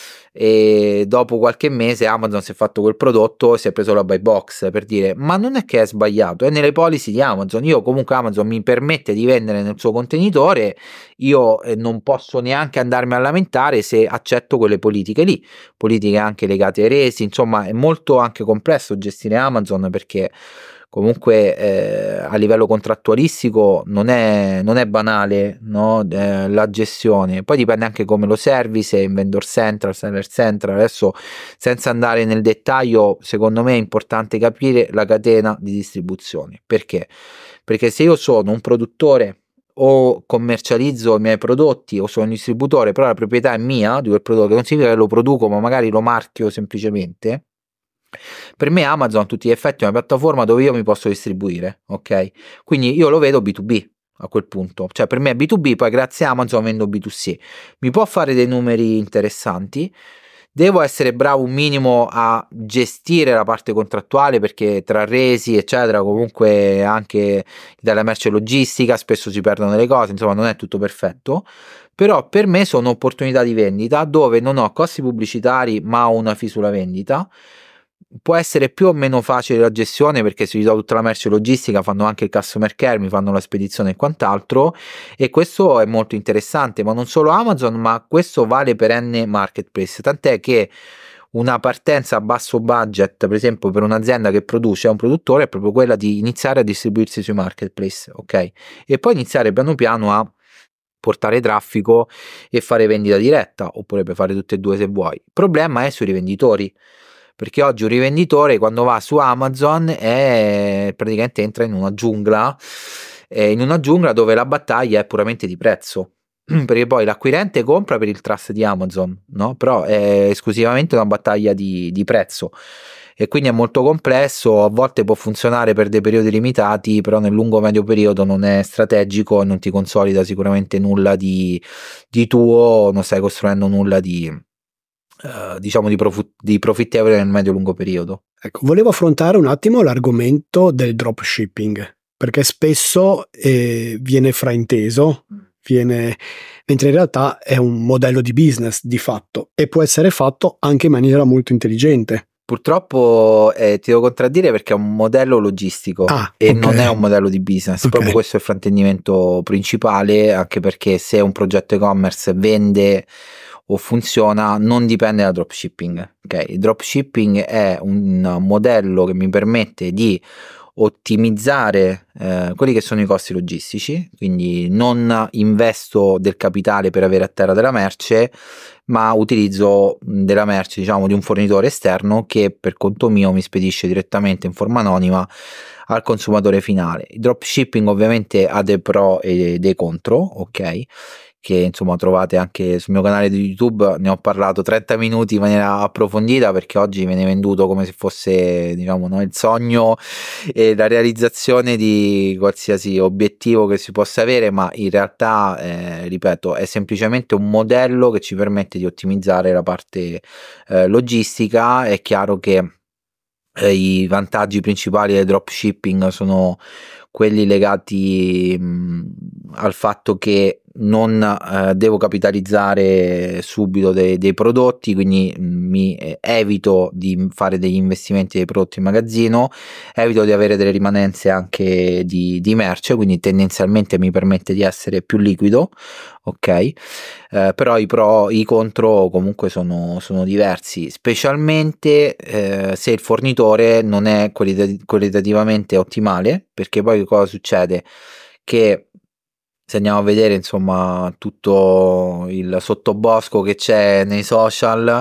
e dopo qualche mese Amazon si è fatto quel prodotto e si è preso la buy box, per dire, ma non è che è sbagliato, è nelle policy di Amazon. Io comunque Amazon mi permette di vendere nel suo contenitore, io non posso neanche andarmi a lamentare se accetto quelle politiche lì, politiche anche legate ai resi, insomma è molto anche complesso gestire Amazon, perché comunque a livello contrattualistico non è banale, no? La gestione, poi dipende anche come lo servi, se è in vendor central, seller central. Adesso senza andare nel dettaglio, secondo me è importante capire la catena di distribuzione. Perché se io sono un produttore o commercializzo i miei prodotti o sono un distributore, però la proprietà è mia di quel prodotto, che non significa che lo produco ma magari lo marchio semplicemente, per me Amazon a tutti gli effetti è una piattaforma dove io mi posso distribuire, ok? Quindi io lo vedo B2B a quel punto, cioè per me è B2B, poi grazie a Amazon vendo B2C. Mi può fare dei numeri interessanti, devo essere bravo un minimo a gestire la parte contrattuale, perché tra resi eccetera comunque anche dalla merce logistica spesso si perdono delle cose, insomma non è tutto perfetto. Però per me sono opportunità di vendita dove non ho costi pubblicitari ma ho una fee sulla vendita. Può essere più o meno facile la gestione, perché se gli do tutta la merce logistica fanno anche il customer care, mi fanno la spedizione e quant'altro, e questo è molto interessante. Ma non solo Amazon, ma questo vale per N marketplace, tant'è che una partenza a basso budget, per esempio per un'azienda che produce, è un produttore, è proprio quella di iniziare a distribuirsi sui marketplace, ok? E poi iniziare piano piano a portare traffico e fare vendita diretta, oppure puoi fare tutte e due se vuoi. Il problema è sui rivenditori, perché oggi un rivenditore quando va su Amazon praticamente entra in una giungla dove la battaglia è puramente di prezzo, perché poi l'acquirente compra per il trust di Amazon, no? Però è esclusivamente una battaglia di prezzo, e quindi è molto complesso. A volte può funzionare per dei periodi limitati, però nel lungo medio periodo non è strategico e non ti consolida sicuramente nulla di tuo, non stai costruendo nulla di diciamo di profittevole nel medio-lungo periodo. Ecco, volevo affrontare un attimo l'argomento del dropshipping, perché spesso viene frainteso, mentre in realtà è un modello di business di fatto e può essere fatto anche in maniera molto intelligente. Purtroppo ti devo contraddire, perché è un modello logistico e okay, non è un modello di business, okay. Proprio questo è il fraintendimento principale, anche perché se un progetto e-commerce vende o funziona non dipende da dropshipping, ok? Il dropshipping è un modello che mi permette di ottimizzare quelli che sono i costi logistici, quindi non investo del capitale per avere a terra della merce, ma utilizzo della merce, diciamo, di un fornitore esterno che per conto mio mi spedisce direttamente in forma anonima al consumatore finale. Il dropshipping ovviamente ha dei pro e dei contro, ok? Che insomma trovate anche sul mio canale di YouTube, ne ho parlato 30 minuti in maniera approfondita, perché oggi viene venduto come se fosse, diciamo, no, il sogno e la realizzazione di qualsiasi obiettivo che si possa avere, ma in realtà ripeto, è semplicemente un modello che ci permette di ottimizzare la parte logistica. È chiaro che i vantaggi principali del dropshipping sono quelli legati al fatto che non devo capitalizzare subito dei prodotti, quindi mi evito di fare degli investimenti dei prodotti in magazzino, evito di avere delle rimanenze anche di merce, quindi tendenzialmente mi permette di essere più liquido, ok? Però i contro comunque sono diversi, specialmente se il fornitore non è qualitativamente ottimale, perché poi cosa succede? Che se andiamo a vedere insomma tutto il sottobosco che c'è nei social,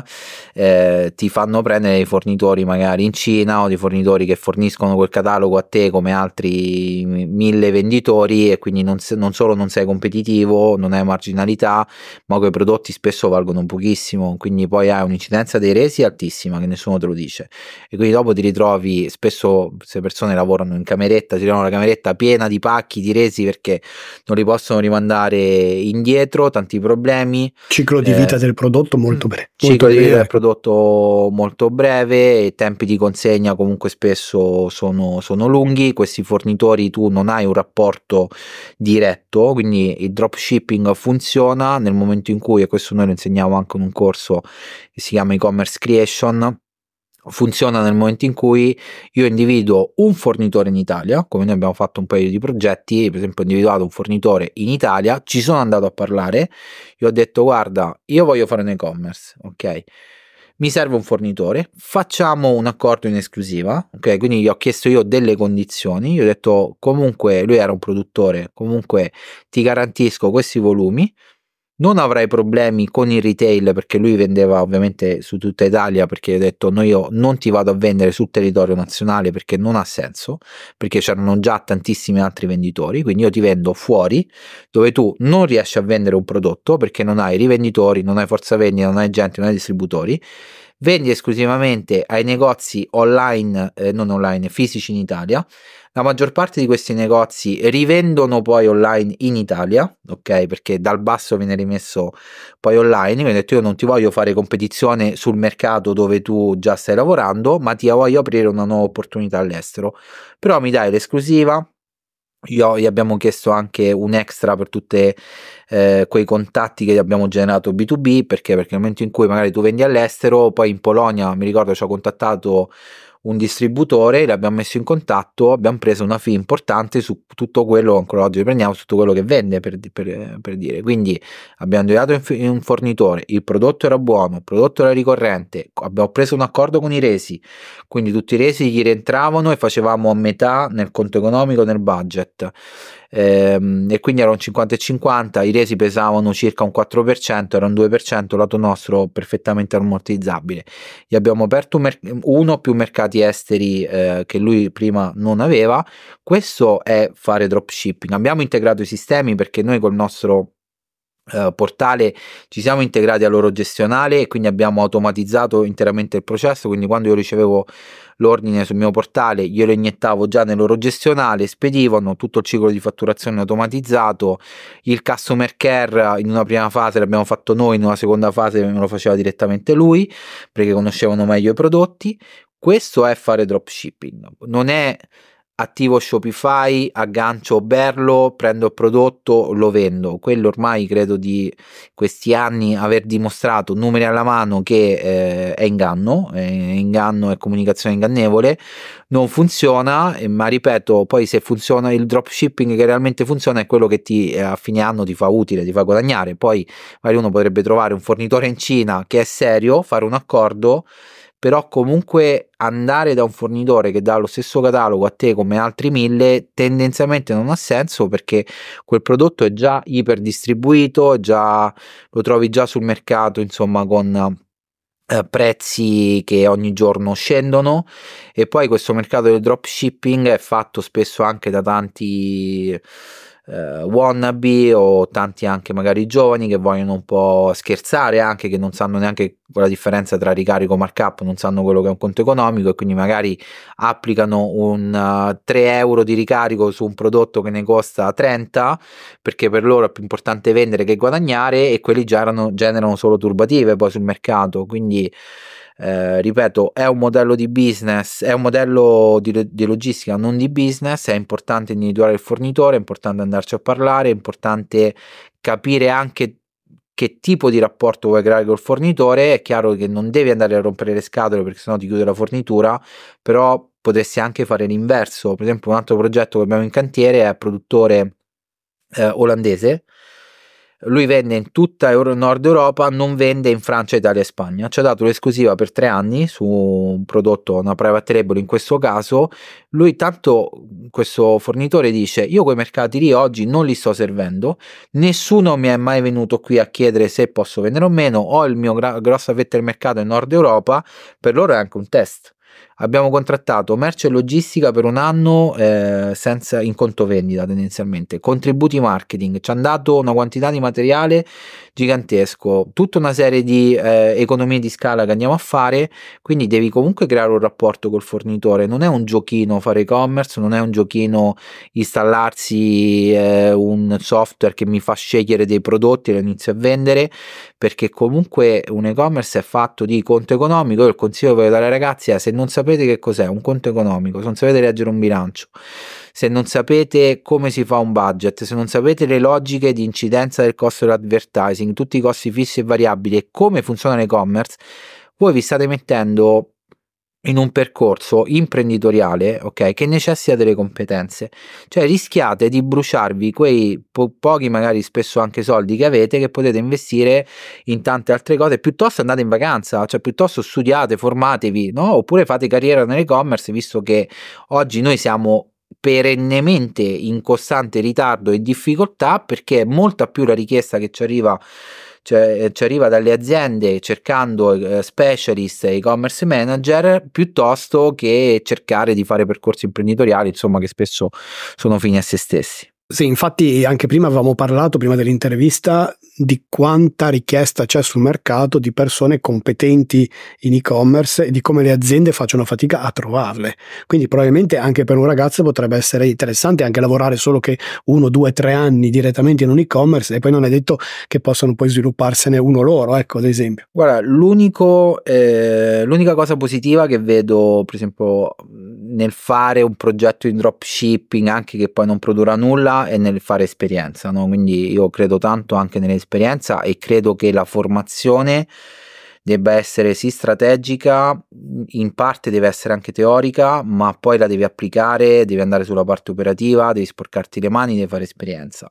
ti fanno prendere dei fornitori magari in Cina, o dei fornitori che forniscono quel catalogo a te come altri 1000 venditori, e quindi non solo non sei competitivo, non hai marginalità, ma quei prodotti spesso valgono pochissimo, quindi poi hai un'incidenza dei resi altissima che nessuno te lo dice, e quindi dopo ti ritrovi, spesso queste persone lavorano in cameretta, ti trovano la cameretta piena di pacchi di resi perché non li possono rimandare indietro, tanti problemi. Ciclo di vita del prodotto molto breve. Ciclo di vita del prodotto molto breve, e tempi di consegna comunque spesso sono lunghi. Questi fornitori tu non hai un rapporto diretto, quindi il dropshipping funziona nel momento in cui, e questo noi lo insegniamo anche in un corso che si chiama e-commerce creation, funziona nel momento in cui io individuo un fornitore in Italia, come noi abbiamo fatto un paio di progetti, per esempio ho individuato un fornitore in Italia, ci sono andato a parlare, gli ho detto guarda, io voglio fare un e-commerce, ok? Mi serve un fornitore, facciamo un accordo in esclusiva, ok? Quindi gli ho chiesto io delle condizioni, gli ho detto comunque, lui era un produttore, comunque ti garantisco questi volumi, non avrai problemi con il retail, perché lui vendeva ovviamente su tutta Italia, perché ho detto no, io non ti vado a vendere sul territorio nazionale perché non ha senso, perché c'erano già tantissimi altri venditori, quindi io ti vendo fuori dove tu non riesci a vendere un prodotto perché non hai rivenditori, non hai forza vendita, non hai gente, non hai distributori, vendi esclusivamente ai negozi online, non online, fisici in Italia. La maggior parte di questi negozi rivendono poi online in Italia, ok? Perché dal basso viene rimesso poi online. Quindi ho detto io non ti voglio fare competizione sul mercato dove tu già stai lavorando, ma ti voglio aprire una nuova opportunità all'estero. Però mi dai l'esclusiva. Gli abbiamo chiesto anche un extra per tutte quei contatti che abbiamo generato B2B, perché nel momento in cui magari tu vendi all'estero, poi in Polonia mi ricordo ci ha contattato un distributore, l'abbiamo messo in contatto, abbiamo preso una fee importante su tutto quello, ancora oggi prendiamo su tutto quello che vende, per dire. Quindi abbiamo inviato in un fornitore, il prodotto era buono, il prodotto era ricorrente, abbiamo preso un accordo con i resi, quindi tutti i resi gli rientravano e facevamo a metà nel conto economico, nel budget, e quindi erano 50 e 50, i resi pesavano circa un 4%, era un 2% lato nostro perfettamente ammortizzabile. Gli abbiamo aperto uno più mercati esteri che lui prima non aveva. Questo è fare dropshipping. Abbiamo integrato i sistemi perché noi col nostro portale ci siamo integrati al loro gestionale e quindi abbiamo automatizzato interamente il processo, quindi quando io ricevevo l'ordine sul mio portale io lo iniettavo già nel loro gestionale, spedivano tutto il ciclo di fatturazione automatizzato, il customer care in una prima fase l'abbiamo fatto noi, in una seconda fase me lo faceva direttamente lui perché conoscevano meglio i prodotti. Questo è fare dropshipping, non è attivo Shopify, aggancio Berlo, prendo il prodotto, lo vendo. Quello ormai credo di questi anni aver dimostrato, numeri alla mano, che è inganno e comunicazione ingannevole, non funziona, ma ripeto, poi se funziona il dropshipping che realmente funziona è quello che a fine anno ti fa utile, ti fa guadagnare. Poi magari uno potrebbe trovare un fornitore in Cina che è serio, fare un accordo, però comunque andare da un fornitore che dà lo stesso catalogo a te come altri 1000 tendenzialmente non ha senso, perché quel prodotto è già iper distribuito, lo trovi già sul mercato, insomma, con prezzi che ogni giorno scendono. E poi questo mercato del dropshipping è fatto spesso anche da tanti wannabe, o tanti anche magari giovani che vogliono un po' scherzare, anche che non sanno neanche la differenza tra ricarico e markup, non sanno quello che è un conto economico, e quindi magari applicano un 3 euro di ricarico su un prodotto che ne costa 30, perché per loro è più importante vendere che guadagnare, e quelli generano solo turbative poi sul mercato. Quindi ripeto, è un modello di business, è un modello di logistica, non di business. È importante individuare il fornitore, è importante andarci a parlare, è importante capire anche che tipo di rapporto vuoi creare col fornitore. È chiaro che non devi andare a rompere le scatole, perché sennò ti chiude la fornitura, però potresti anche fare l'inverso. Per esempio, un altro progetto che abbiamo in cantiere è produttore olandese. Lui vende in tutta Nord Europa, non vende in Francia, Italia e Spagna. Ci ha dato l'esclusiva per 3 anni su un prodotto, una private label in questo caso. Lui, tanto, questo fornitore dice: io quei mercati lì oggi non li sto servendo, nessuno mi è mai venuto qui a chiedere se posso vendere o meno, ho il mio grossa fetta del mercato in Nord Europa. Per loro è anche un test. Abbiamo contrattato merce e logistica per 1 anno senza, in conto vendita tendenzialmente, contributi marketing, ci hanno dato una quantità di materiale gigantesco, tutta una serie di economie di scala che andiamo a fare. Quindi devi comunque creare un rapporto col fornitore. Non è un giochino fare e-commerce, non è un giochino installarsi un software che mi fa scegliere dei prodotti e lo inizio a vendere, perché comunque un e-commerce è fatto di conto economico. Io il consiglio che voglio dare ai ragazzi è: se non sapete che cos'è un conto economico, se non sapete leggere un bilancio, se non sapete come si fa un budget, se non sapete le logiche di incidenza del costo dell'advertising, tutti i costi fissi e variabili, e come funziona l'e-commerce, voi vi state mettendo in un percorso imprenditoriale, ok, che necessita delle competenze. Cioè rischiate di bruciarvi quei pochi, magari spesso anche soldi che avete, che potete investire in tante altre cose. Piuttosto andate in vacanza, cioè piuttosto studiate, formatevi, no? Oppure fate carriera nell'e-commerce, visto che oggi noi siamo perennemente in costante ritardo e difficoltà, perché è molta più la richiesta che ci arriva dalle aziende cercando specialist e e-commerce manager, piuttosto che cercare di fare percorsi imprenditoriali, insomma, che spesso sono fini a se stessi. Sì, infatti anche prima avevamo parlato, prima dell'intervista, di quanta richiesta c'è sul mercato di persone competenti in e-commerce e di come le aziende facciano fatica a trovarle. Quindi probabilmente anche per un ragazzo potrebbe essere interessante anche lavorare solo che 1, 2, 3 anni direttamente in un e-commerce, e poi non è detto che possano poi svilupparsene uno loro, ecco, ad esempio. Guarda, l'unica cosa positiva che vedo, per esempio, nel fare un progetto in dropshipping, anche che poi non produrrà nulla, è nel fare esperienza, no? Quindi io credo tanto anche nell'esperienza, e credo che la formazione debba essere sì strategica, in parte deve essere anche teorica, ma poi la devi applicare, devi andare sulla parte operativa, devi sporcarti le mani, devi fare esperienza.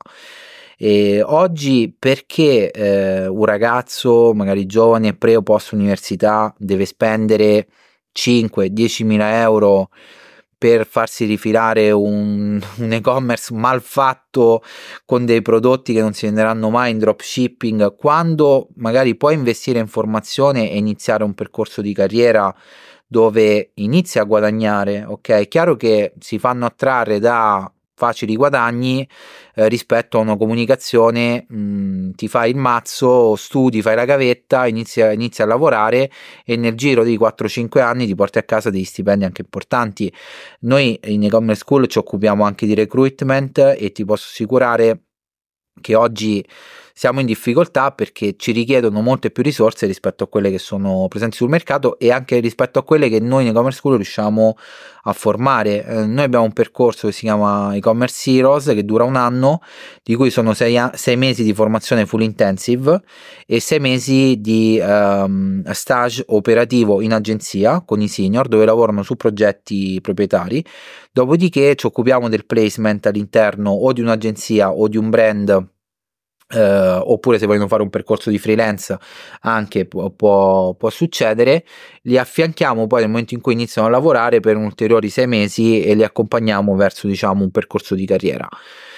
E oggi, perché un ragazzo magari giovane, pre o post università, deve spendere 5-10 mila euro per farsi rifilare un e-commerce mal fatto con dei prodotti che non si venderanno mai in dropshipping, quando magari puoi investire in formazione e iniziare un percorso di carriera dove inizi a guadagnare? Ok, è chiaro che si fanno attrarre da facili guadagni rispetto a una comunicazione, ti fai il mazzo, studi, fai la gavetta, inizi a lavorare, e nel giro di 4-5 anni ti porti a casa degli stipendi anche importanti. Noi in e-commerce school ci occupiamo anche di recruitment, e ti posso assicurare che oggi siamo in difficoltà perché ci richiedono molte più risorse rispetto a quelle che sono presenti sul mercato, e anche rispetto a quelle che noi in e-commerce school riusciamo a formare. Noi abbiamo un percorso che si chiama e-commerce heroes, che dura 1 anno, di cui sono 6 mesi di formazione full intensive e 6 mesi di stage operativo in agenzia con i senior, dove lavorano su progetti proprietari. Dopodiché ci occupiamo del placement all'interno o di un'agenzia o di un brand oppure se vogliono fare un percorso di freelance anche può succedere. Li affianchiamo poi nel momento in cui iniziano a lavorare per ulteriori 6 mesi e li accompagniamo verso, diciamo, un percorso di carriera.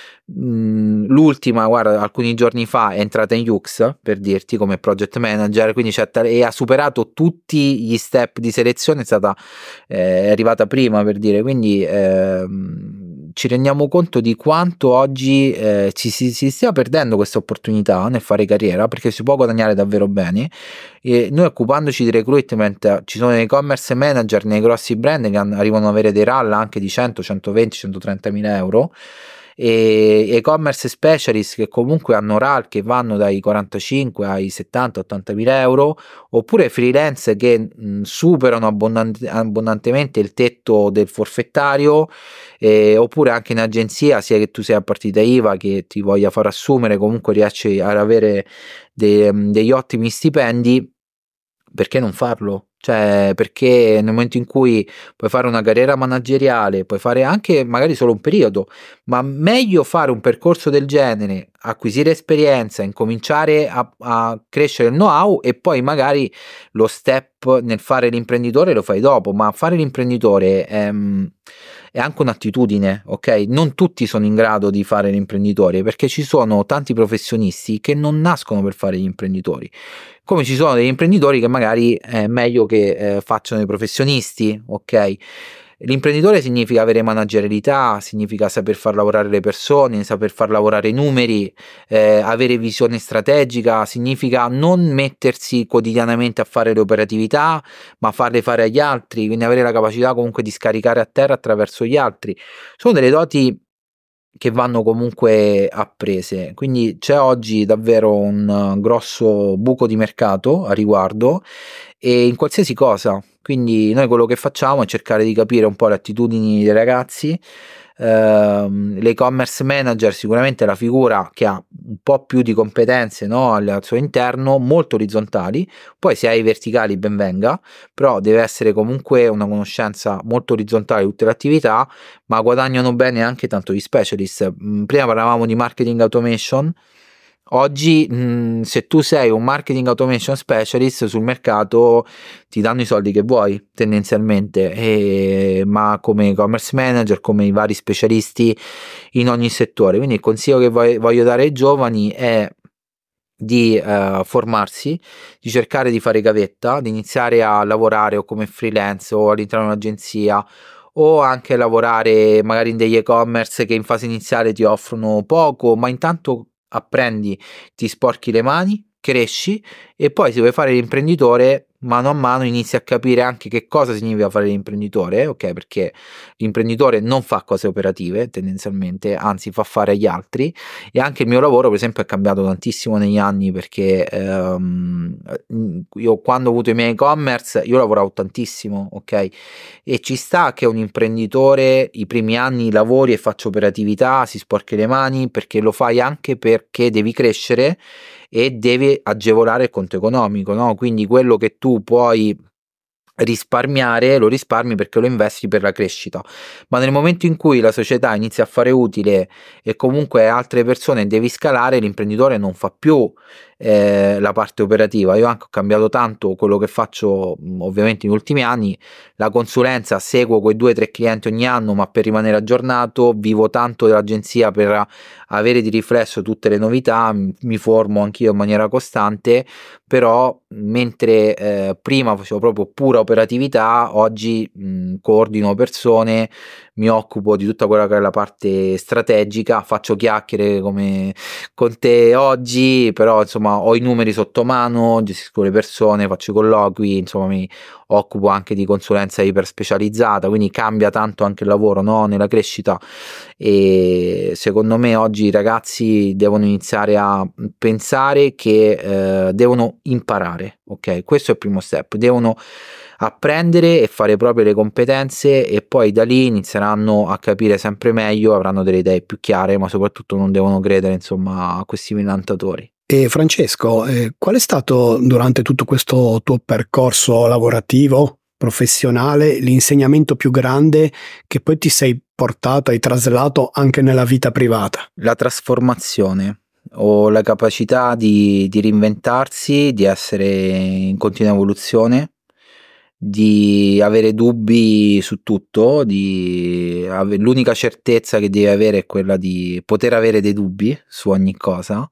L'ultima, guarda, alcuni giorni fa è entrata in UX, per dirti, come project manager, quindi e ha superato tutti gli step di selezione, è arrivata prima, per dire, quindi ci rendiamo conto di quanto oggi si stia perdendo questa opportunità nel fare carriera, perché si può guadagnare davvero bene. E noi, occupandoci di recruitment, ci sono dei e-commerce manager nei grossi brand che arrivano ad avere dei RAL anche di 100, 120, 130 mila euro, e e-commerce specialist che comunque hanno RAL che vanno dai 45 ai 70, 80 mila euro, oppure freelance che superano abbondantemente il tetto del forfettario, oppure anche in agenzia, sia che tu sia a partita IVA che ti voglia far assumere, comunque riesci ad avere degli ottimi stipendi. Perché non farlo? Cioè, perché nel momento in cui puoi fare una carriera manageriale, puoi fare anche magari solo un periodo, ma meglio fare un percorso del genere, acquisire esperienza, incominciare a crescere il know-how, e poi magari lo step nel fare l'imprenditore lo fai dopo. Ma fare l'imprenditore è anche un'attitudine, ok? Non tutti sono in grado di fare l'imprenditore, perché ci sono tanti professionisti che non nascono per fare gli imprenditori, come ci sono degli imprenditori che magari è meglio che facciano i professionisti, ok? L'imprenditore significa avere managerialità, significa saper far lavorare le persone, saper far lavorare i numeri, avere visione strategica, significa non mettersi quotidianamente a fare le operatività, ma farle fare agli altri, quindi avere la capacità comunque di scaricare a terra attraverso gli altri. Sono delle doti che vanno comunque apprese, quindi c'è oggi davvero un grosso buco di mercato a riguardo, e in qualsiasi cosa. Quindi noi quello che facciamo è cercare di capire un po' le attitudini dei ragazzi. L'e-commerce manager sicuramente è la figura che ha un po' più di competenze, no, al suo interno, molto orizzontali. Poi se hai verticali ben venga, però deve essere comunque una conoscenza molto orizzontale di tutte le attività, ma guadagnano bene anche tanto gli specialist. Prima parlavamo di marketing automation. Oggi se tu sei un marketing automation specialist sul mercato ti danno i soldi che vuoi tendenzialmente, ma come e-commerce manager, come i vari specialisti in ogni settore. Quindi il consiglio che voglio dare ai giovani è di formarsi, di cercare di fare gavetta, di iniziare a lavorare o come freelance o all'interno di un'agenzia, o anche lavorare magari in degli e-commerce che in fase iniziale ti offrono poco, ma intanto apprendi, ti sporchi le mani, cresci, e poi se vuoi fare l'imprenditore mano a mano inizi a capire anche che cosa significa fare l'imprenditore, ok? Perché l'imprenditore non fa cose operative tendenzialmente, anzi fa fare agli altri. E anche il mio lavoro per esempio è cambiato tantissimo negli anni, perché io quando ho avuto i miei e-commerce io lavoravo tantissimo, ok? E ci sta che un imprenditore i primi anni lavori e faccia operatività, si sporchi le mani, perché lo fai anche perché devi crescere e devi agevolare il conto economico, no? Quindi quello che tu puoi risparmiare lo risparmi perché lo investi per la crescita. Ma nel momento in cui la società inizia a fare utile e comunque altre persone devi scalare, l'imprenditore non fa più la parte operativa. Io anche ho cambiato tanto quello che faccio ovviamente negli ultimi anni. La consulenza, seguo quei 2-3 clienti ogni anno, ma per rimanere aggiornato vivo tanto dell'agenzia per avere di riflesso tutte le novità, mi formo anch'io in maniera costante. Però mentre prima facevo proprio pura operatività, oggi coordino persone, mi occupo di tutta quella che è la parte strategica, faccio chiacchiere come con te oggi, però insomma ho i numeri sotto mano, gestisco le persone, faccio i colloqui, insomma mi occupo anche di consulenza iper specializzata, quindi cambia tanto anche il lavoro, no? Nella crescita. E secondo me oggi i ragazzi devono iniziare a pensare che devono imparare, ok? Questo è il primo step, devono apprendere e fare proprio le competenze, e poi da lì inizieranno a capire sempre meglio, avranno delle idee più chiare, ma soprattutto non devono credere insomma a questi millantatori. E Francesco, qual è stato durante tutto questo tuo percorso lavorativo, professionale, l'insegnamento più grande che poi ti sei portato, hai traslato anche nella vita privata? La trasformazione. o la capacità di reinventarsi, di essere in continua evoluzione, di avere dubbi su tutto, l'unica certezza che devi avere è quella di poter avere dei dubbi su ogni cosa.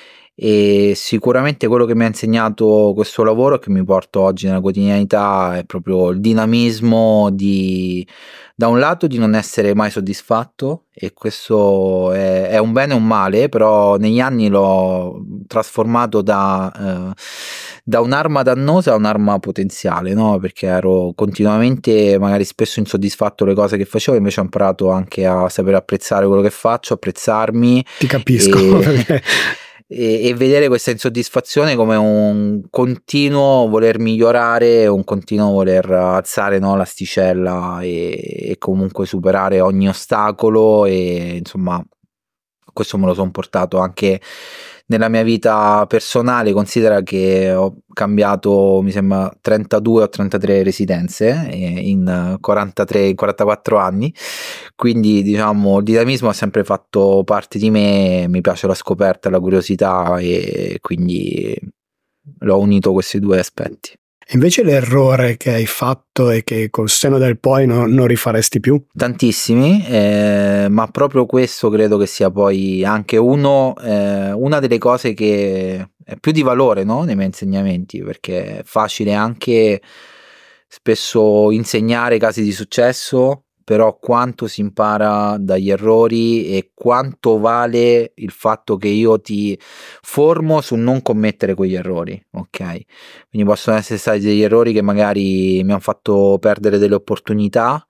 E sicuramente quello che mi ha insegnato questo lavoro e che mi porto oggi nella quotidianità è proprio il dinamismo da un lato di non essere mai soddisfatto, e questo è un bene e un male, però negli anni l'ho trasformato da un'arma dannosa a un'arma potenziale, no? Perché ero continuamente, magari spesso insoddisfatto delle cose che facevo, invece ho imparato anche a sapere apprezzare quello che faccio, apprezzarmi. Ti capisco. Perché... e vedere questa insoddisfazione come un continuo voler migliorare, un continuo voler alzare, no, l'asticella e comunque superare ogni ostacolo, e insomma questo me lo sono portato anche nella mia vita personale. Considera che ho cambiato, mi sembra, 32 o 33 residenze in 44 anni, quindi diciamo il dinamismo ha sempre fatto parte di me, mi piace la scoperta, la curiosità, e quindi l'ho unito questi due aspetti. Invece l'errore che hai fatto e che col senno del poi non rifaresti più? Tantissimi, ma proprio questo credo che sia poi anche una delle cose che è più di valore, no? Nei miei insegnamenti, perché è facile anche spesso insegnare casi di successo, però quanto si impara dagli errori e quanto vale il fatto che io ti formo su non commettere quegli errori, ok? Quindi possono essere stati degli errori che magari mi hanno fatto perdere delle opportunità.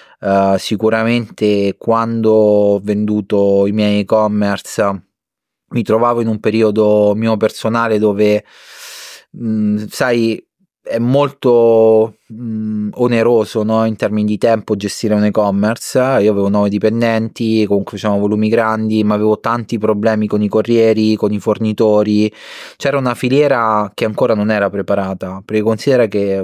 Sicuramente quando ho venduto i miei e-commerce mi trovavo in un periodo mio personale dove sai, è molto oneroso, no? In termini di tempo gestire un e-commerce. Io avevo 9 dipendenti, comunque facevamo volumi grandi, ma avevo tanti problemi con i corrieri, con i fornitori. C'era una filiera che ancora non era preparata, perché considera che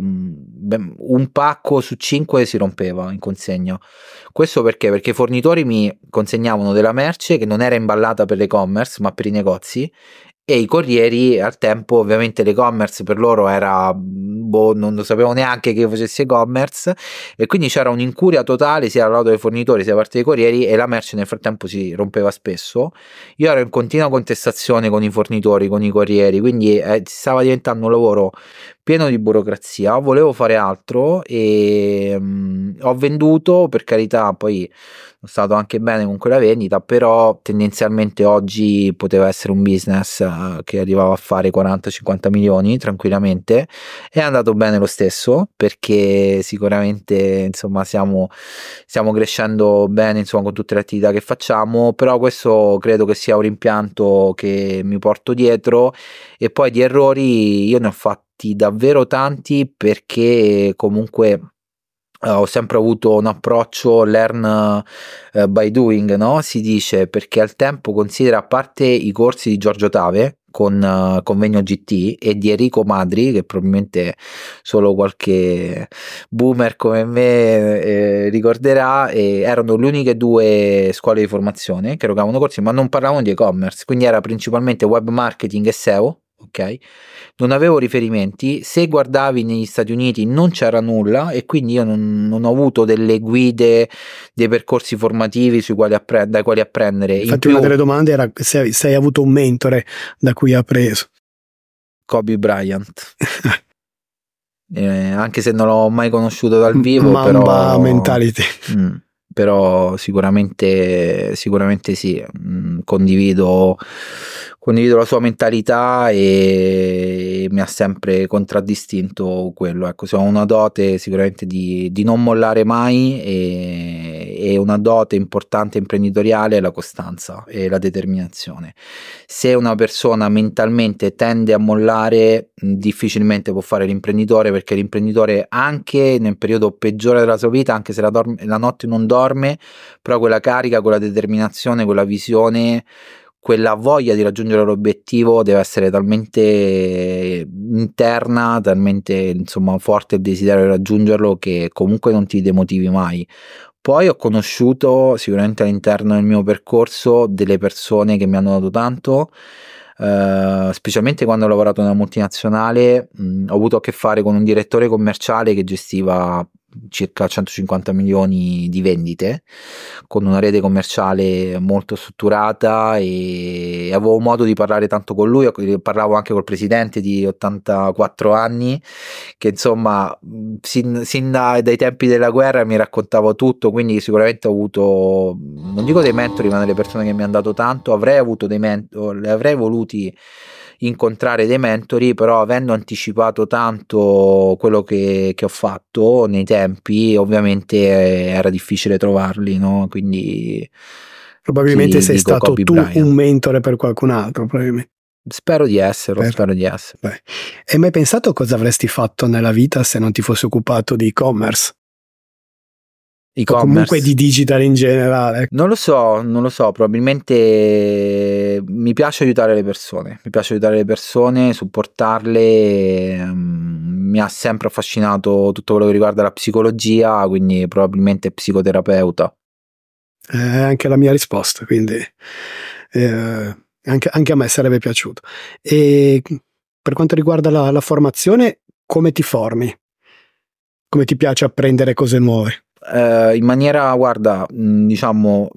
un pacco su 5 si rompeva in consegna. Questo perché i fornitori mi consegnavano della merce che non era imballata per l'e-commerce ma per i negozi, e i corrieri al tempo, ovviamente l'e-commerce per loro era non lo sapevo neanche che io facessi e-commerce, e quindi c'era un'incuria totale sia dal lato dei fornitori sia da parte dei corrieri, e la merce nel frattempo si rompeva spesso. Io ero in continua contestazione con i fornitori, con i corrieri, quindi stava diventando un lavoro pieno di burocrazia. Volevo fare altro e ho venduto, per carità, poi sono stato anche bene con quella vendita, però tendenzialmente oggi poteva essere un business che arrivava a fare 40-50 milioni tranquillamente. È andato bene lo stesso, perché sicuramente insomma stiamo crescendo bene, insomma, con tutte le attività che facciamo, però questo credo che sia un rimpianto che mi porto dietro. E poi di errori io ne ho fatti davvero tanti, perché comunque ho sempre avuto un approccio learn by doing, no? Si dice, perché al tempo, considera, a parte i corsi di Giorgio Tave con Convegno GT e di Enrico Madri, che probabilmente solo qualche boomer come me ricorderà, erano le uniche due scuole di formazione che erogavano corsi, ma non parlavano di e-commerce, quindi era principalmente web marketing e SEO, ok? Non avevo riferimenti, se guardavi negli Stati Uniti non c'era nulla, e quindi io non ho avuto delle guide, dei percorsi formativi dai quali apprendere. Infatti una delle domande era se hai avuto un mentore da cui hai appreso. Kobe Bryant. Anche se non l'ho mai conosciuto dal vivo, Mamba mentality. Però sicuramente sì, condivido la sua mentalità e mi ha sempre contraddistinto quello. Ecco, se ho una dote sicuramente di non mollare mai, e una dote importante imprenditoriale è la costanza e la determinazione. Se una persona mentalmente tende a mollare, difficilmente può fare l'imprenditore, perché l'imprenditore, anche nel periodo peggiore della sua vita, anche se la notte non dorme, però quella carica, quella determinazione, quella visione, quella voglia di raggiungere l'obiettivo deve essere talmente interna, talmente insomma forte il desiderio di raggiungerlo, che comunque non ti demotivi mai. Poi ho conosciuto sicuramente all'interno del mio percorso delle persone che mi hanno dato tanto, specialmente quando ho lavorato nella multinazionale. Ho avuto a che fare con un direttore commerciale che gestiva circa 150 milioni di vendite, con una rete commerciale molto strutturata, e avevo modo di parlare tanto con lui. Parlavo anche col presidente di 84 anni, che insomma sin dai tempi della guerra mi raccontavo tutto, quindi sicuramente ho avuto, non dico dei mentori, ma delle persone che mi hanno dato tanto. Avrei avuto dei mentori, le avrei voluti incontrare dei mentori, però avendo anticipato tanto quello che ho fatto nei tempi, ovviamente era difficile trovarli, no? Quindi Probabilmente ti sei dico stato Kobe tu Bryant. un mentore per qualcun altro, probabilmente. Spero di esserlo, spero di essere. Beh. Hai mai pensato cosa avresti fatto nella vita se non ti fossi occupato di e-commerce? O comunque di digital in generale? Non lo so, probabilmente mi piace aiutare le persone, supportarle. Mi ha sempre affascinato tutto quello che riguarda la psicologia, quindi probabilmente psicoterapeuta. Anche la mia risposta, quindi anche a me sarebbe piaciuto. E per quanto riguarda la formazione, come ti formi? Come ti piace apprendere cose nuove? In maniera, guarda, diciamo,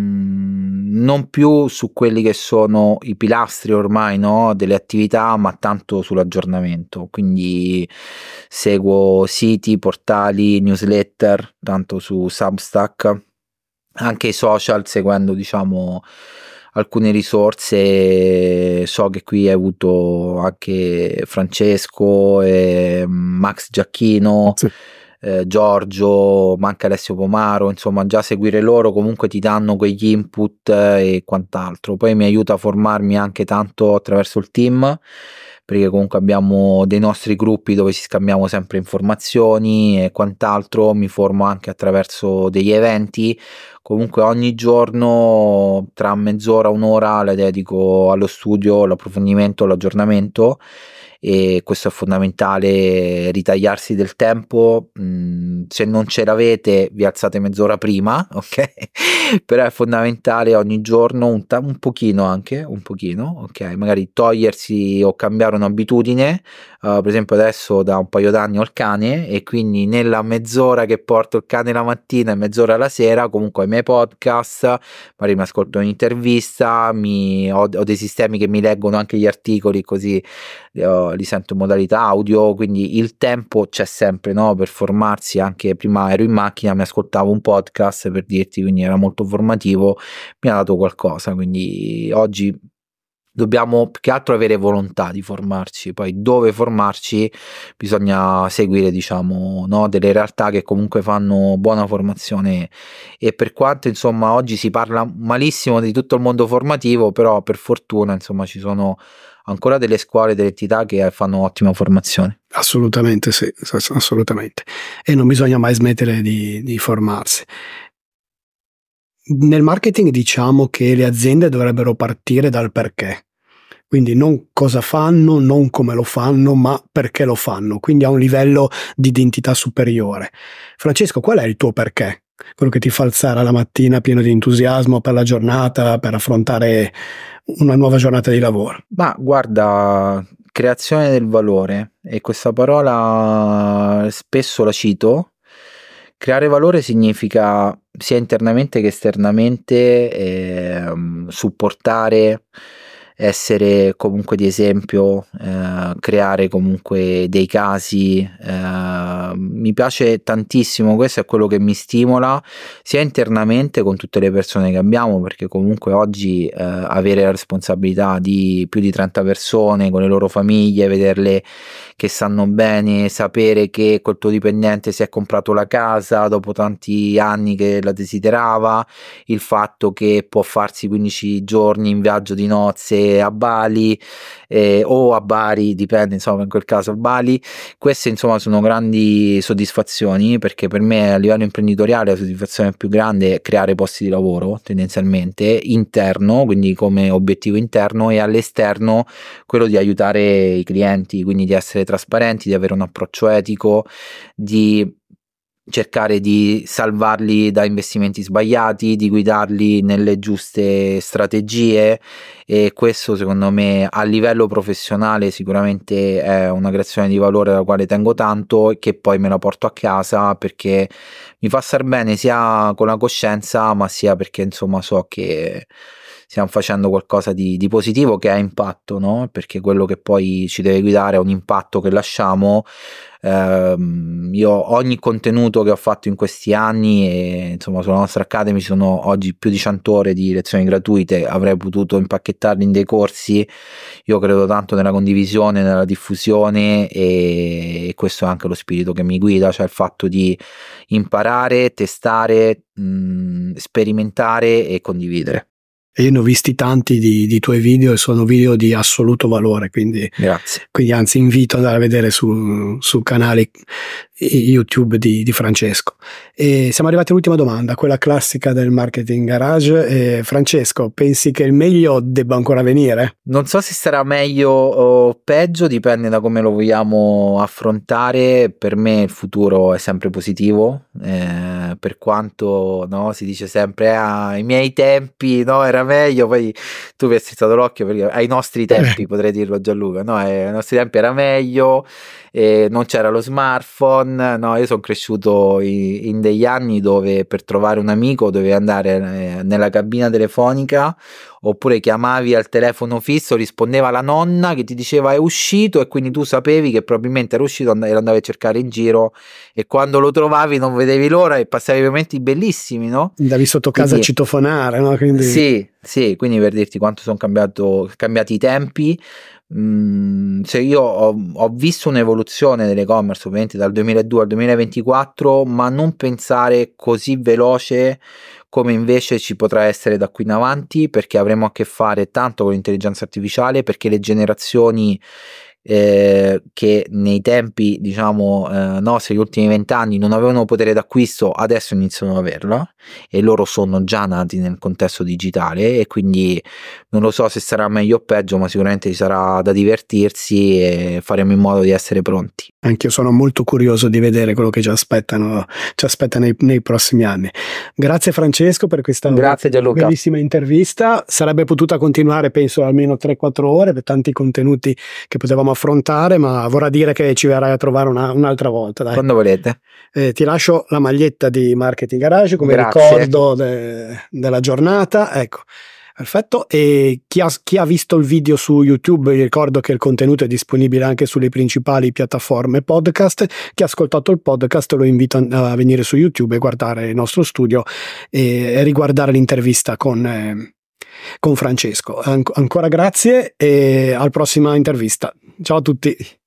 non più su quelli che sono i pilastri ormai, no, delle attività, ma tanto sull'aggiornamento. Quindi seguo siti, portali, newsletter, tanto su Substack, anche i social, seguendo, diciamo, alcune risorse. So che qui hai avuto anche Francesco e Max Giacchino. Sì. Giorgio, ma anche Alessio Pomaro, insomma già seguire loro comunque ti danno quegli input e quant'altro. Poi mi aiuta a formarmi anche tanto attraverso il team, perché comunque abbiamo dei nostri gruppi dove ci scambiamo sempre informazioni e quant'altro. Mi formo anche attraverso degli eventi. Comunque ogni giorno tra mezz'ora, un'ora la dedico allo studio, all'approfondimento, all'aggiornamento, e questo è fondamentale, ritagliarsi del tempo. Se non ce l'avete vi alzate mezz'ora prima, ok? Però è fondamentale ogni giorno un pochino, ok? Magari togliersi o cambiare un'abitudine. Per esempio adesso da un paio d'anni ho il cane, e quindi nella mezz'ora che porto il cane la mattina e mezz'ora la sera comunque ho i miei podcast, magari mi ascolto un'intervista, ho dei sistemi che mi leggono anche gli articoli, così li sento in modalità audio. Quindi il tempo c'è sempre, no, per formarsi. Anche prima ero in macchina, mi ascoltavo un podcast, per dirti, quindi era molto formativo, mi ha dato qualcosa. Quindi oggi dobbiamo più che altro avere volontà di formarci. Poi dove formarci bisogna seguire, diciamo, no, delle realtà che comunque fanno buona formazione. E per quanto insomma oggi si parla malissimo di tutto il mondo formativo, però per fortuna insomma ci sono ancora delle scuole, delle entità che fanno ottima formazione. Assolutamente sì, assolutamente. E non bisogna mai smettere di formarsi. Nel marketing diciamo che le aziende dovrebbero partire dal perché. Quindi non cosa fanno, non come lo fanno, ma perché lo fanno. Quindi a un livello di identità superiore. Francesco, qual è il tuo perché? Quello che ti fa alzare la mattina pieno di entusiasmo per la giornata, per affrontare una nuova giornata di lavoro? Ma guarda, creazione del valore, e questa parola spesso la cito. Creare valore significa sia internamente che esternamente supportare, essere comunque di esempio, creare comunque dei casi. Mi piace tantissimo, questo è quello che mi stimola sia internamente con tutte le persone che abbiamo, perché comunque oggi avere la responsabilità di più di 30 persone con le loro famiglie, vederle che stanno bene, sapere che quel tuo dipendente si è comprato la casa dopo tanti anni che la desiderava, il fatto che può farsi 15 giorni in viaggio di nozze a Bali o a Bari, dipende, insomma, in quel caso a Bali. Queste insomma sono grandi soddisfazioni, perché per me a livello imprenditoriale la soddisfazione più grande è creare posti di lavoro, tendenzialmente interno, quindi come obiettivo interno, e all'esterno quello di aiutare i clienti, quindi di essere trasparenti, di avere un approccio etico, di cercare di salvarli da investimenti sbagliati, di guidarli nelle giuste strategie, e questo secondo me a livello professionale sicuramente è una creazione di valore alla quale tengo tanto e che poi me la porto a casa perché mi fa star bene sia con la coscienza, ma sia perché insomma so che stiamo facendo qualcosa di positivo che ha impatto, no? Perché quello che poi ci deve guidare è un impatto che lasciamo. Io ogni contenuto che ho fatto in questi anni, e insomma sulla nostra Academy ci sono oggi più di 100 ore di lezioni gratuite, avrei potuto impacchettarli in dei corsi. Io credo tanto nella condivisione, nella diffusione, e questo è anche lo spirito che mi guida, cioè il fatto di imparare, testare, sperimentare e condividere. E io ne ho visti tanti di tuoi video e sono video di assoluto valore, quindi, Grazie. quindi anzi invito ad andare a vedere sul canale YouTube di Francesco. E siamo arrivati all'ultima domanda, quella classica del Marketing Garage. Francesco, pensi che il meglio debba ancora venire? Non so se sarà meglio o peggio, dipende da come lo vogliamo affrontare. Per me il futuro è sempre positivo, per quanto, no, si dice sempre ai miei tempi, no, era meglio, poi tu mi hai strizzato l'occhio perché ai nostri tempi potrei dirlo, Gianluca, no, ai nostri tempi era meglio, non c'era lo smartphone, no, io sono cresciuto in degli anni dove per trovare un amico dovevi andare nella cabina telefonica, oppure chiamavi al telefono fisso, rispondeva la nonna che ti diceva è uscito, e quindi tu sapevi che probabilmente era uscito e lo andavi a cercare in giro, e quando lo trovavi non vedevi l'ora e passavi momenti bellissimi, no? Andavi sotto casa a citofonare, no? Quindi... Sì, quindi per dirti quanto sono cambiati i tempi. Se io ho visto un'evoluzione dell'e-commerce ovviamente dal 2002 al 2024, ma non pensare così veloce come invece ci potrà essere da qui in avanti, perché avremo a che fare tanto con l'intelligenza artificiale, perché le generazioni che nei tempi, diciamo, nostri, gli ultimi 20 anni non avevano potere d'acquisto, adesso iniziano ad averla, e loro sono già nati nel contesto digitale, e quindi non lo so se sarà meglio o peggio, ma sicuramente ci sarà da divertirsi e faremo in modo di essere pronti. Anche io sono molto curioso di vedere quello che ci aspetta nei prossimi anni. Grazie Francesco per questa bellissima intervista. Sarebbe potuta continuare penso almeno 3-4 ore per tanti contenuti che potevamo affrontare, ma vorrà dire che ci verrai a trovare un'altra volta. Dai. Quando volete. Ti lascio la maglietta di Marketing Garage come ricordo della giornata. Ecco. Perfetto, e chi ha visto il video su YouTube, vi ricordo che il contenuto è disponibile anche sulle principali piattaforme podcast. Chi ha ascoltato il podcast lo invito a venire su YouTube e guardare il nostro studio e riguardare l'intervista con Francesco. Ancora grazie e alla prossima intervista. Ciao a tutti.